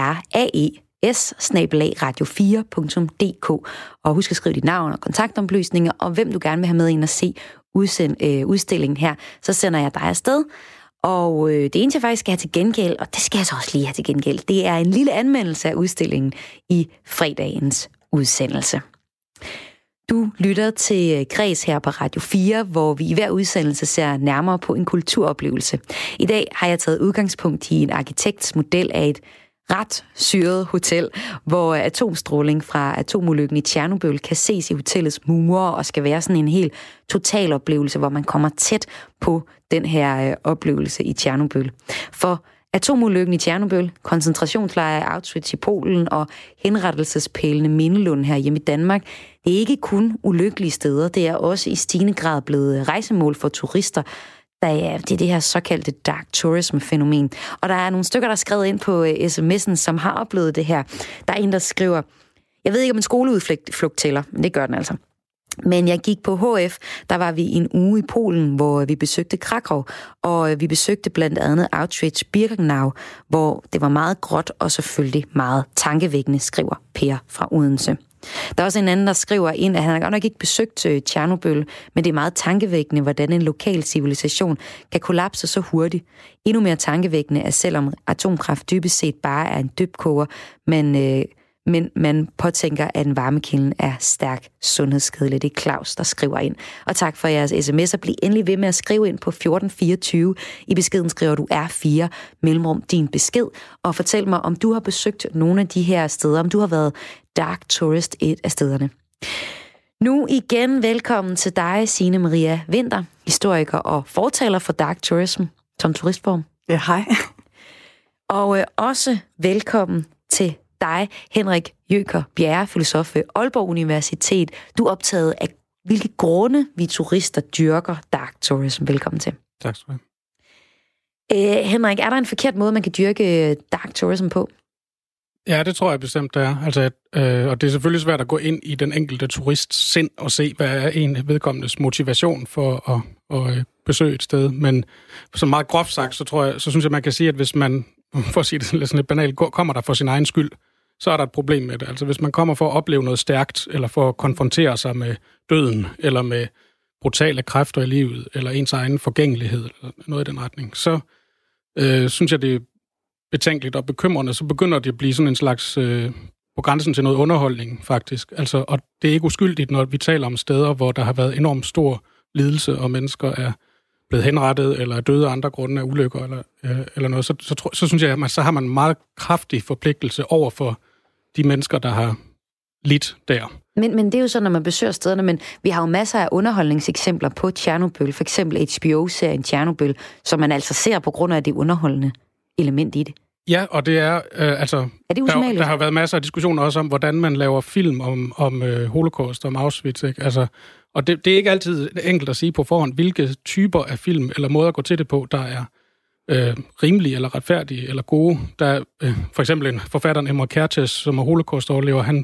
A: kraes@radio4.dk. Og husk at skrive dit navn og kontaktoplysninger, og hvem du gerne vil have med ind og se udstillingen her, så sender jeg dig afsted. Og det eneste, jeg faktisk skal have til gengæld, og det skal jeg så også lige have til gengæld, det er en lille anmeldelse af udstillingen i fredagens udsendelse. Du lytter til Kreds her på Radio 4, hvor vi i hver udsendelse ser nærmere på en kulturoplevelse. I dag har jeg taget udgangspunkt i en arkitekts model af et ret syret hotel, hvor atomstråling fra atomulykken i Tjernobyl kan ses i hotellets mure og skal være sådan en helt total oplevelse, hvor man kommer tæt på den her oplevelse i Tjernobyl. For atomulykken i Tjernobyl, koncentrationslejre i Auschwitz i Polen og henrettelsespælene Mindelund her hjemme i Danmark, det er ikke kun ulykkelige steder, det er også i stigende grad blevet rejsemål for turister. Det er det her såkaldte dark tourism-fænomen. Og der er nogle stykker, der er skrevet ind på sms'en, som har oplevet det her. Der er en, der skriver, jeg ved ikke, om en skoleudflugt tæller, men det gør den altså. Men jeg gik på HF, der var vi en uge i Polen, hvor vi besøgte Krakow, og vi besøgte blandt andet Auschwitz-Birkenau, hvor det var meget gråt og selvfølgelig meget tankevækkende, skriver Per fra Odense. Der er også en anden, der skriver ind, at han har godt nok ikke besøgt Tjernobyl, men det er meget tankevækkende, hvordan en lokal civilisation kan kollapse så hurtigt. Endnu mere tankevækkende er, selvom atomkraft dybest set bare er en dybkoger, men man påtænker, at en varmekilde er stærkt sundhedsskadelig. Det er Claus, der skriver ind. Og tak for jeres sms'er. Bliv endelig ved med at skrive ind på 1424. I beskeden skriver du R4, mellemrum din besked, og fortæl mig, om du har besøgt nogle af de her steder, om du har været dark tourist et af stederne. Nu igen velkommen til dig, Signe Maria Winther, historiker og fortaler for dark tourism som turistform.
N: Ja, hej.
A: Og også velkommen til dig, Henrik Jøker Bjerre, filosof ved Aalborg Universitet. Du er optaget af, hvilke grunde vi turister dyrker dark tourism. Velkommen til.
H: Tak skal du
A: have. Henrik, er der en forkert måde, man kan dyrke dark tourism på?
S: Ja, det tror jeg bestemt, der er. Altså, og det er selvfølgelig svært at gå ind i den enkelte turists sind og se, hvad er en vedkommendes motivation for at besøge et sted. Men som meget groft sagt, så synes jeg, man kan sige, at hvis man, for at sige det sådan lidt banalt, kommer der for sin egen skyld, så er der et problem med det. Altså hvis man kommer for at opleve noget stærkt, eller for at konfrontere sig med døden, eller med brutale kræfter i livet, eller ens egen forgængelighed, eller noget i den retning, så synes jeg, det er betænkeligt og bekymrende, så begynder det at blive sådan en slags på grænsen til noget underholdning, faktisk. Altså, og det er ikke uskyldigt, når vi taler om steder, hvor der har været enormt stor lidelse, og mennesker er blevet henrettet, eller er døde af andre grunde af ulykker, eller noget, så synes jeg, at så har man en meget kraftig forpligtelse over for de mennesker, der har lidt der.
A: Men det er jo så, når man besøger stederne, men vi har jo masser af underholdningseksempler på Tjernobyl, for eksempel HBO-serien Tjernobyl, som man altså ser på grund af det underholdende element i det.
S: Ja, og det er,
A: er det
S: der har været masser af diskussioner også om, hvordan man laver film om Holocaust, om Auschwitz, ikke? Altså, og det er ikke altid enkelt at sige på forhånd, hvilke typer af film eller måder at gå til det på, der er rimelige eller retfærdige eller gode. Der er for eksempel forfatteren Emre Kertész, som er holocaust-overlever, han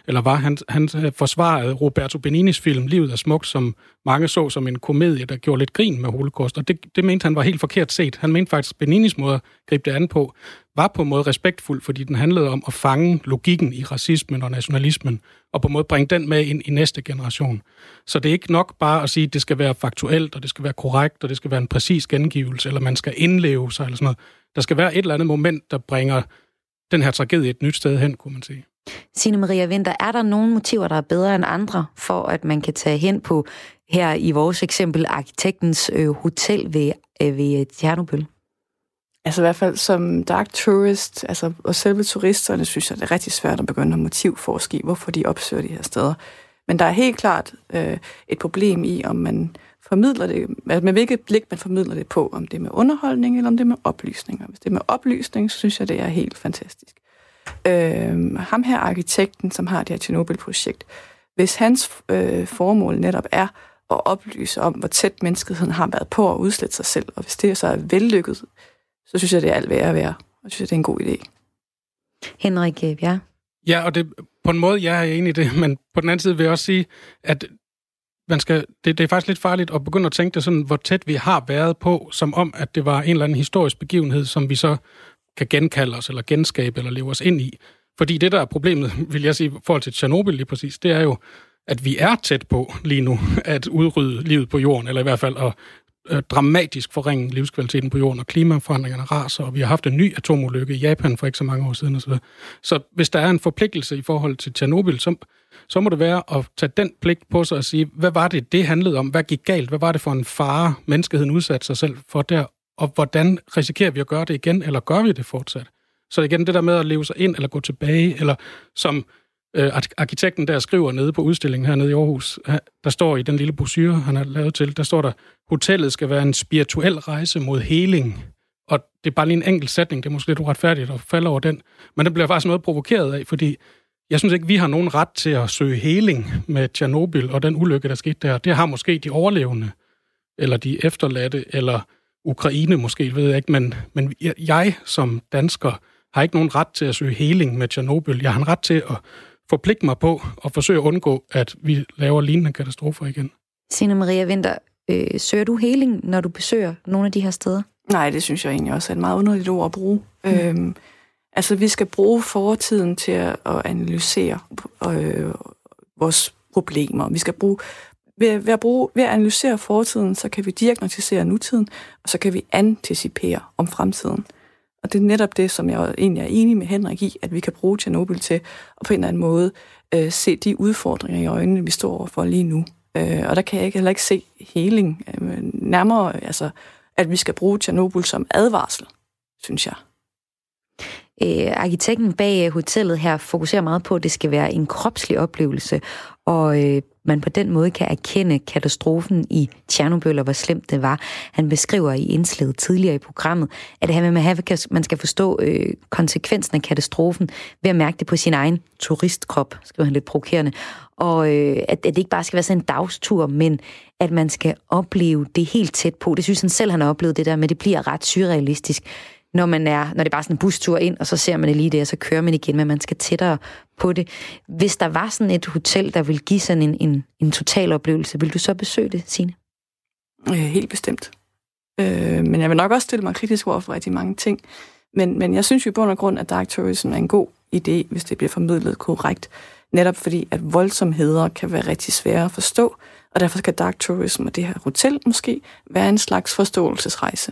S: forsvarede Roberto Beninis film Livet er smukt, som mange så som en komedie, der gjorde lidt grin med holocaust, og det mente han var helt forkert set. Han mente faktisk, at Beninis måde at gribe det an på, var på en måde respektfuld, fordi den handlede om at fange logikken i racismen og nationalismen, og på en måde bringe den med ind i næste generation. Så det er ikke nok bare at sige, at det skal være faktuelt, og det skal være korrekt, og det skal være en præcis gengivelse, eller man skal indleve sig, eller sådan noget. Der skal være et eller andet moment, der bringer den her tragedie et nyt sted hen, kunne man sige.
A: Signe Maria Winther, er der nogle motiver, der er bedre end andre, for at man kan tage hen på, her i vores eksempel, arkitektens hotel ved Tjernobyl?
N: Altså i hvert fald som dark tourist, altså og selve turisterne, synes jeg, det er rigtig svært at begynde at motivforske i, hvorfor de opsøger de her steder. Men der er helt klart et problem i, om man formidler det, altså med hvilket blik man formidler det på, om det er med underholdning eller om det er med oplysning. Og hvis det er med oplysning, så synes jeg, det er helt fantastisk. Ham her arkitekten, som har det her Tjernobyl-projekt, hvis hans formål netop er at oplyse om, hvor tæt menneskeheden har været på at udslette sig selv, og hvis det så er vellykket, så synes jeg, det er alt værd at være, og synes jeg, det er en god idé.
A: Henrik Bjerre?
S: Ja, og det, på en måde, jeg er enig i det, men på den anden side vil jeg også sige, at det er faktisk lidt farligt at begynde at tænke det sådan, hvor tæt vi har været på, som om, at det var en eller anden historisk begivenhed, som vi så kan genkalde os, eller genskabe, eller leve os ind i. Fordi det, der er problemet, vil jeg sige, i forhold til Tjernobyl lige præcis, det er jo, at vi er tæt på lige nu at udrydde livet på jorden, eller i hvert fald at dramatisk forringe livskvaliteten på jorden, og klimaforandringerne raser, og vi har haft en ny atomulykke i Japan for ikke så mange år siden osv. Så hvis der er en forpligtelse i forhold til Tjernobyl, så må det være at tage den pligt på sig og sige, hvad var det handlede om? Hvad gik galt? Hvad var det for en fare, menneskeheden udsatte sig selv for der? Og hvordan risikerer vi at gøre det igen, eller gør vi det fortsat? Så igen, det der med at leve sig ind, eller gå tilbage, eller som arkitekten der skriver nede på udstillingen hernede i Aarhus, der står i den lille brochure, han har lavet til, der står der, hotellet skal være en spirituel rejse mod heling. Og det er bare lige en enkelt sætning, det er måske lidt uretfærdigt at falde over den, men det bliver faktisk noget provokeret af, fordi jeg synes ikke, vi har nogen ret til at søge heling med Tjernobyl og den ulykke, der skete der. Det har måske de overlevende, eller de efterladte, eller Ukraine måske, ved jeg ikke, men jeg som dansker har ikke nogen ret til at søge heling med Tjernobyl. Jeg har en ret til at forpligte mig på og forsøge at undgå, at vi laver lignende katastrofer igen.
A: Signe Maria Winther, søger du heling, når du besøger nogle af de her steder?
N: Nej, det synes jeg egentlig også er et meget underligt ord at bruge. Altså, vi skal bruge fortiden til at analysere vores problemer. Vi skal bruge ved at analysere fortiden, så kan vi diagnostisere nutiden, og så kan vi anticipere om fremtiden. Og det er netop det, som jeg egentlig er enig med Henrik i, at vi kan bruge Tjernobyl til at på en eller anden måde se de udfordringer i øjnene, vi står overfor lige nu. Og der kan jeg heller ikke se heling nærmere, altså at vi skal bruge Tjernobyl som advarsel, synes jeg.
A: Arkitekten bag hotellet her fokuserer meget på, at det skal være en kropslig oplevelse, og man på den måde kan erkende katastrofen i Tjernobyl, og hvor slemt det var. Han beskriver i indslaget tidligere i programmet, at det her med, at man skal forstå konsekvensen af katastrofen ved at mærke det på sin egen turistkrop, skriver han lidt provokerende, og at det ikke bare skal være sådan en dagstur, men at man skal opleve det helt tæt på. Det synes han selv, han har oplevet det der, men det bliver ret surrealistisk, når det er bare sådan en bustur ind, og så ser man det lige der, og så kører man igen, men man skal tættere på det. Hvis der var sådan et hotel, der ville give sådan en total oplevelse, vil du så besøge det, Signe?
N: Helt bestemt. Men jeg vil nok også stille mig kritisk over for rigtig mange ting. Men jeg synes jo i bund og grund, at dark tourism er en god idé, hvis det bliver formidlet korrekt. Netop fordi, at voldsomheder kan være rigtig svære at forstå, og derfor skal dark tourism og det her hotel måske være en slags forståelsesrejse.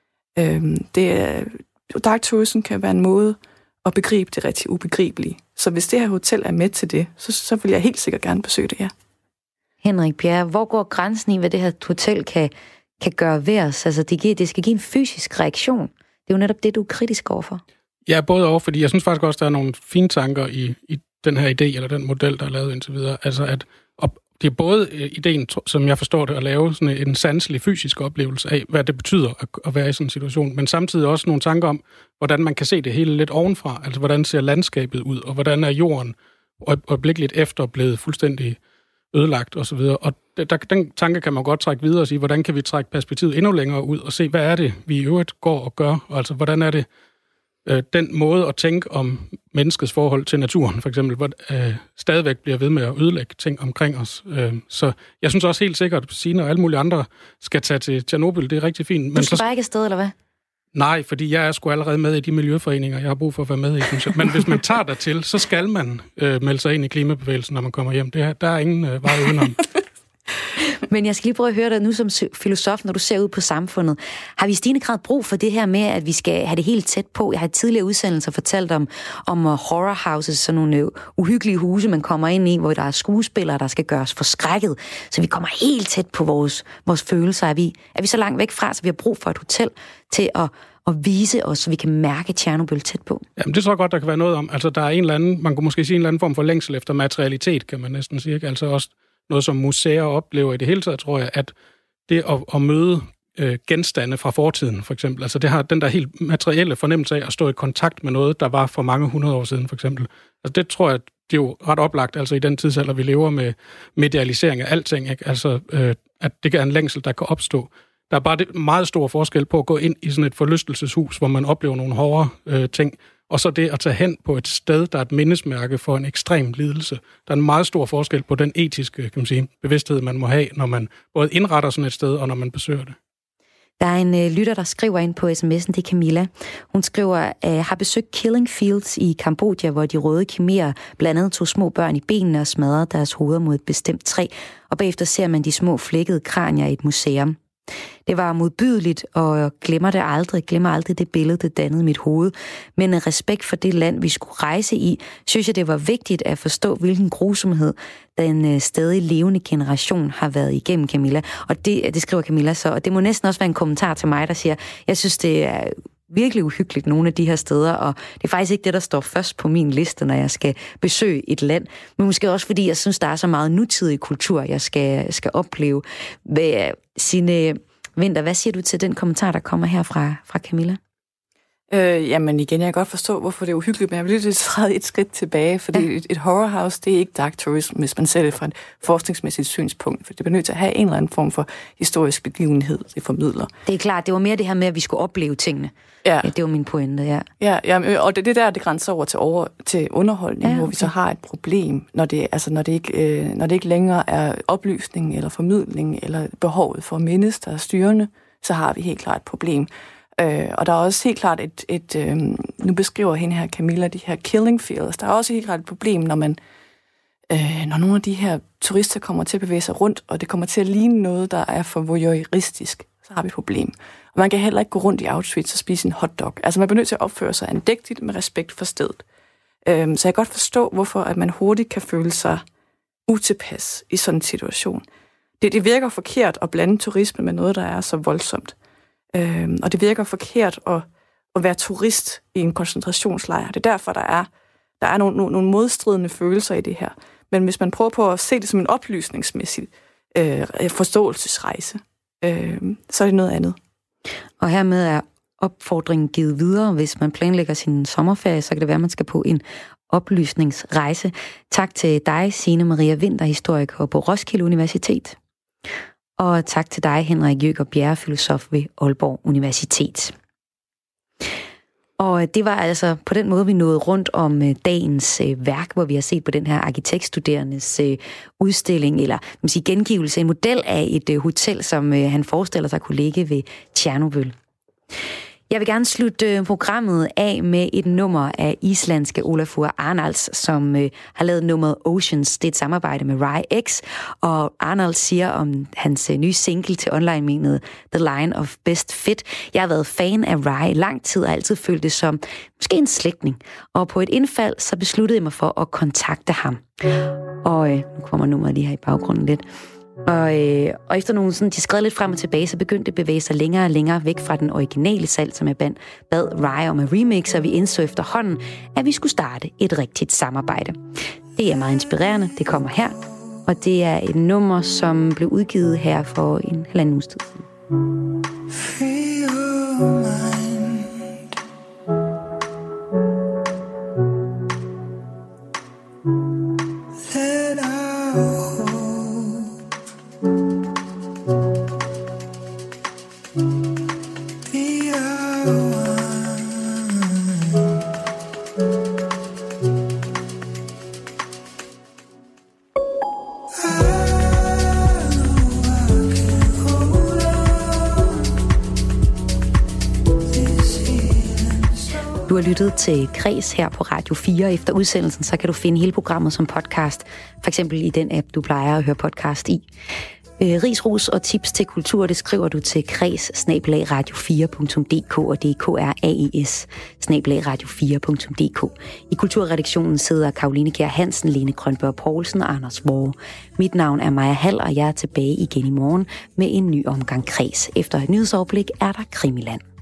N: Dark tourism kan være en måde at begribe det rigtig ubegribelige. Så hvis det her hotel er med til det, så vil jeg helt sikkert gerne besøge det, ja.
A: Henrik Bjerre, hvor går grænsen i, hvad det her hotel kan gøre ved os? Altså, det skal give en fysisk reaktion. Det er jo netop det, du er kritisk overfor.
S: Ja, både over, fordi jeg synes faktisk også, der er nogle fine tanker i den her idé, eller den model, der er lavet indtil videre. Altså, at det er både ideen, som jeg forstår det, at lave sådan en sanselig fysisk oplevelse af, hvad det betyder at være i sådan en situation, men samtidig også nogle tanker om, hvordan man kan se det hele lidt ovenfra, altså hvordan ser landskabet ud, og hvordan er jorden øjeblikkeligt efter blevet fuldstændig ødelagt osv. Og den tanke kan man godt trække videre og sige, hvordan kan vi trække perspektivet endnu længere ud og se, hvad er det, vi i øvrigt går og gør, altså hvordan er det, den måde at tænke om menneskets forhold til naturen, for eksempel, hvor stadigvæk bliver ved med at ødelægge ting omkring os. Så jeg synes også helt sikkert, at Signe og alle mulige andre skal tage til Tjernobyl. Det er rigtig fint.
A: Du skal bare ikke afsted, eller hvad?
S: Nej, fordi jeg er sgu allerede med i de miljøforeninger, jeg har brug for at være med i. Men hvis man tager dertil, så skal man melde sig ind i klimabevægelsen, når man kommer hjem. Der er ingen vej udenom.
A: Men jeg skal lige prøve at høre dig nu som filosof, når du ser ud på samfundet. Har vi i stigende grad brug for det her med, at vi skal have det helt tæt på? Jeg har i tidligere udsendelser fortalt om horror houses, sådan nogle uhyggelige huse, man kommer ind i, hvor der er skuespillere, der skal gøres forskrækket, så vi kommer helt tæt på vores følelser. Er vi så langt væk fra, så vi har brug for et hotel til at vise os, så vi kan mærke Tjernobyl tæt på? Jamen,
S: det tror jeg godt, der kan være noget om. Altså, der er en eller anden, man kunne måske sige en eller anden form for længsel efter materialitet, kan man næsten sige. Ikke? Altså også noget, som museer oplever i det hele taget, tror jeg, at det at møde genstande fra fortiden, for eksempel, altså det har den der helt materielle fornemmelse af at stå i kontakt med noget, der var for mange 100 år siden, for eksempel. Altså det tror jeg, det er jo ret oplagt, altså i den tidsalder, vi lever med medialisering af alting, ikke? Altså at det er en længsel, der kan opstå. Der er bare meget stor forskel på at gå ind i sådan et forlystelseshus, hvor man oplever nogle hårde ting, og så det at tage hen på et sted, der er et mindesmærke for en ekstrem lidelse. Der er en meget stor forskel på den etiske, kan man sige, bevidsthed, man må have, når man både indretter sådan et sted, og når man besøger det.
A: Der er en lytter, der skriver ind på sms'en, det er Camilla. Hun skriver, har besøgt Killing Fields i Kambodja, hvor de røde khmerer blandt andet tog små børn i benene og smadrede deres hoveder mod et bestemt træ, og bagefter ser man de små flækkede kranier i et museum. Det var modbydeligt, og jeg glemmer aldrig det billede, det dannede mit hoved. Men af respekt for det land, vi skulle rejse i, synes jeg, det var vigtigt at forstå, hvilken grusomhed den stadig levende generation har været igennem, Camilla. Og det skriver Camilla så, og det må næsten også være en kommentar til mig, der siger, jeg synes, det er virkelig uhyggeligt nogle af de her steder, og det er faktisk ikke det, der står først på min liste, når jeg skal besøge et land. Men måske også fordi, jeg synes, der er så meget nutidig kultur, jeg skal opleve. Signe Winther, hvad siger du til den kommentar, der kommer her fra Camilla?
N: Jamen igen, jeg kan godt forstå, hvorfor det er uhyggeligt, men jeg vil lige træde et skridt tilbage, fordi et horrorhouse, det er ikke dark tourism, hvis man ser det fra et forskningsmæssigt synspunkt, for det bliver nødt til at have en eller anden form for historisk begivenhed, det formidler.
A: Det er klart, det var mere det her med, at vi skulle opleve tingene. Ja. Det var min pointe, ja.
N: Ja, og det der, det grænser over til underholdning, ja, okay. Hvor vi så har et problem, når det ikke længere er oplysning eller formidling eller behovet for mindes, der er styrende, så har vi helt klart et problem. Og der er også helt klart nu beskriver hende her Camilla de her killing fields. Der er også helt klart et problem, når nogle af de her turister kommer til at bevæge sig rundt, og det kommer til at ligne noget, der er for voyeuristisk, så har vi et problem. Og man kan heller ikke gå rundt i Auschwitz og spise en hotdog. Altså man bliver nødt til at opføre sig andægtigt med respekt for stedet. Så jeg kan godt forstå, hvorfor at man hurtigt kan føle sig utilpas i sådan en situation. Det virker forkert at blande turisme med noget, der er så voldsomt. Og det virker forkert at være turist i en koncentrationslejr. Det er derfor, der er nogle modstridende følelser i det her. Men hvis man prøver på at se det som en oplysningsmæssig forståelsesrejse, så er det noget andet.
A: Og hermed er opfordringen givet videre. Hvis man planlægger sin sommerferie, så kan det være, at man skal på en oplysningsrejse. Tak til dig, Signe Maria Winther, historiker på Roskilde Universitet. Og tak til dig, Henrik Jøger Bjerre, filosof ved Aalborg Universitet. Og det var altså på den måde, vi nåede rundt om dagens værk, hvor vi har set på den her arkitektstuderendes udstilling, eller gengivelse, en model af et hotel, som han forestiller sig kunne ligge ved Tjernobyl. Jeg vil gerne slutte programmet af med et nummer af islandske Olafur Arnalds, som har lavet nummeret Oceans. Det er et samarbejde med Rai X, og Arnold siger om hans nye single til online-mediet The Line of Best Fit. Jeg har været fan af Rai i lang tid og altid følt det som måske en slægtning. Og på et indfald, så besluttede jeg mig for at kontakte ham. Og nu kommer nummeret lige her i baggrunden lidt. Og efter nogle sådan, de skred lidt frem og tilbage, så begyndte det at bevæge sig længere og længere væk fra den originale salg, som jeg bad Rai om at remixe, og vi indså efterhånden, at vi skulle starte et rigtigt samarbejde. Det er meget inspirerende. Det kommer her. Og det er et nummer, som blev udgivet her for en halvanden uges tid siden. Du har lyttet til Kreds her på Radio 4. Efter udsendelsen, så kan du finde hele programmet som podcast, for eksempel i den app, du plejer at høre podcast i. Ris, ros og tips til kultur, det skriver du til kreds@radio4.dk, og det er KRAS@radio4.dk. I kulturredaktionen sidder Karoline Kjær Hansen, Lene Grønberg Poulsen og Anders Vore. Mit navn er Maja Hall, og jeg er tilbage igen i morgen med en ny omgang Kreds. Efter et nyhedsoverblik er der Krimiland.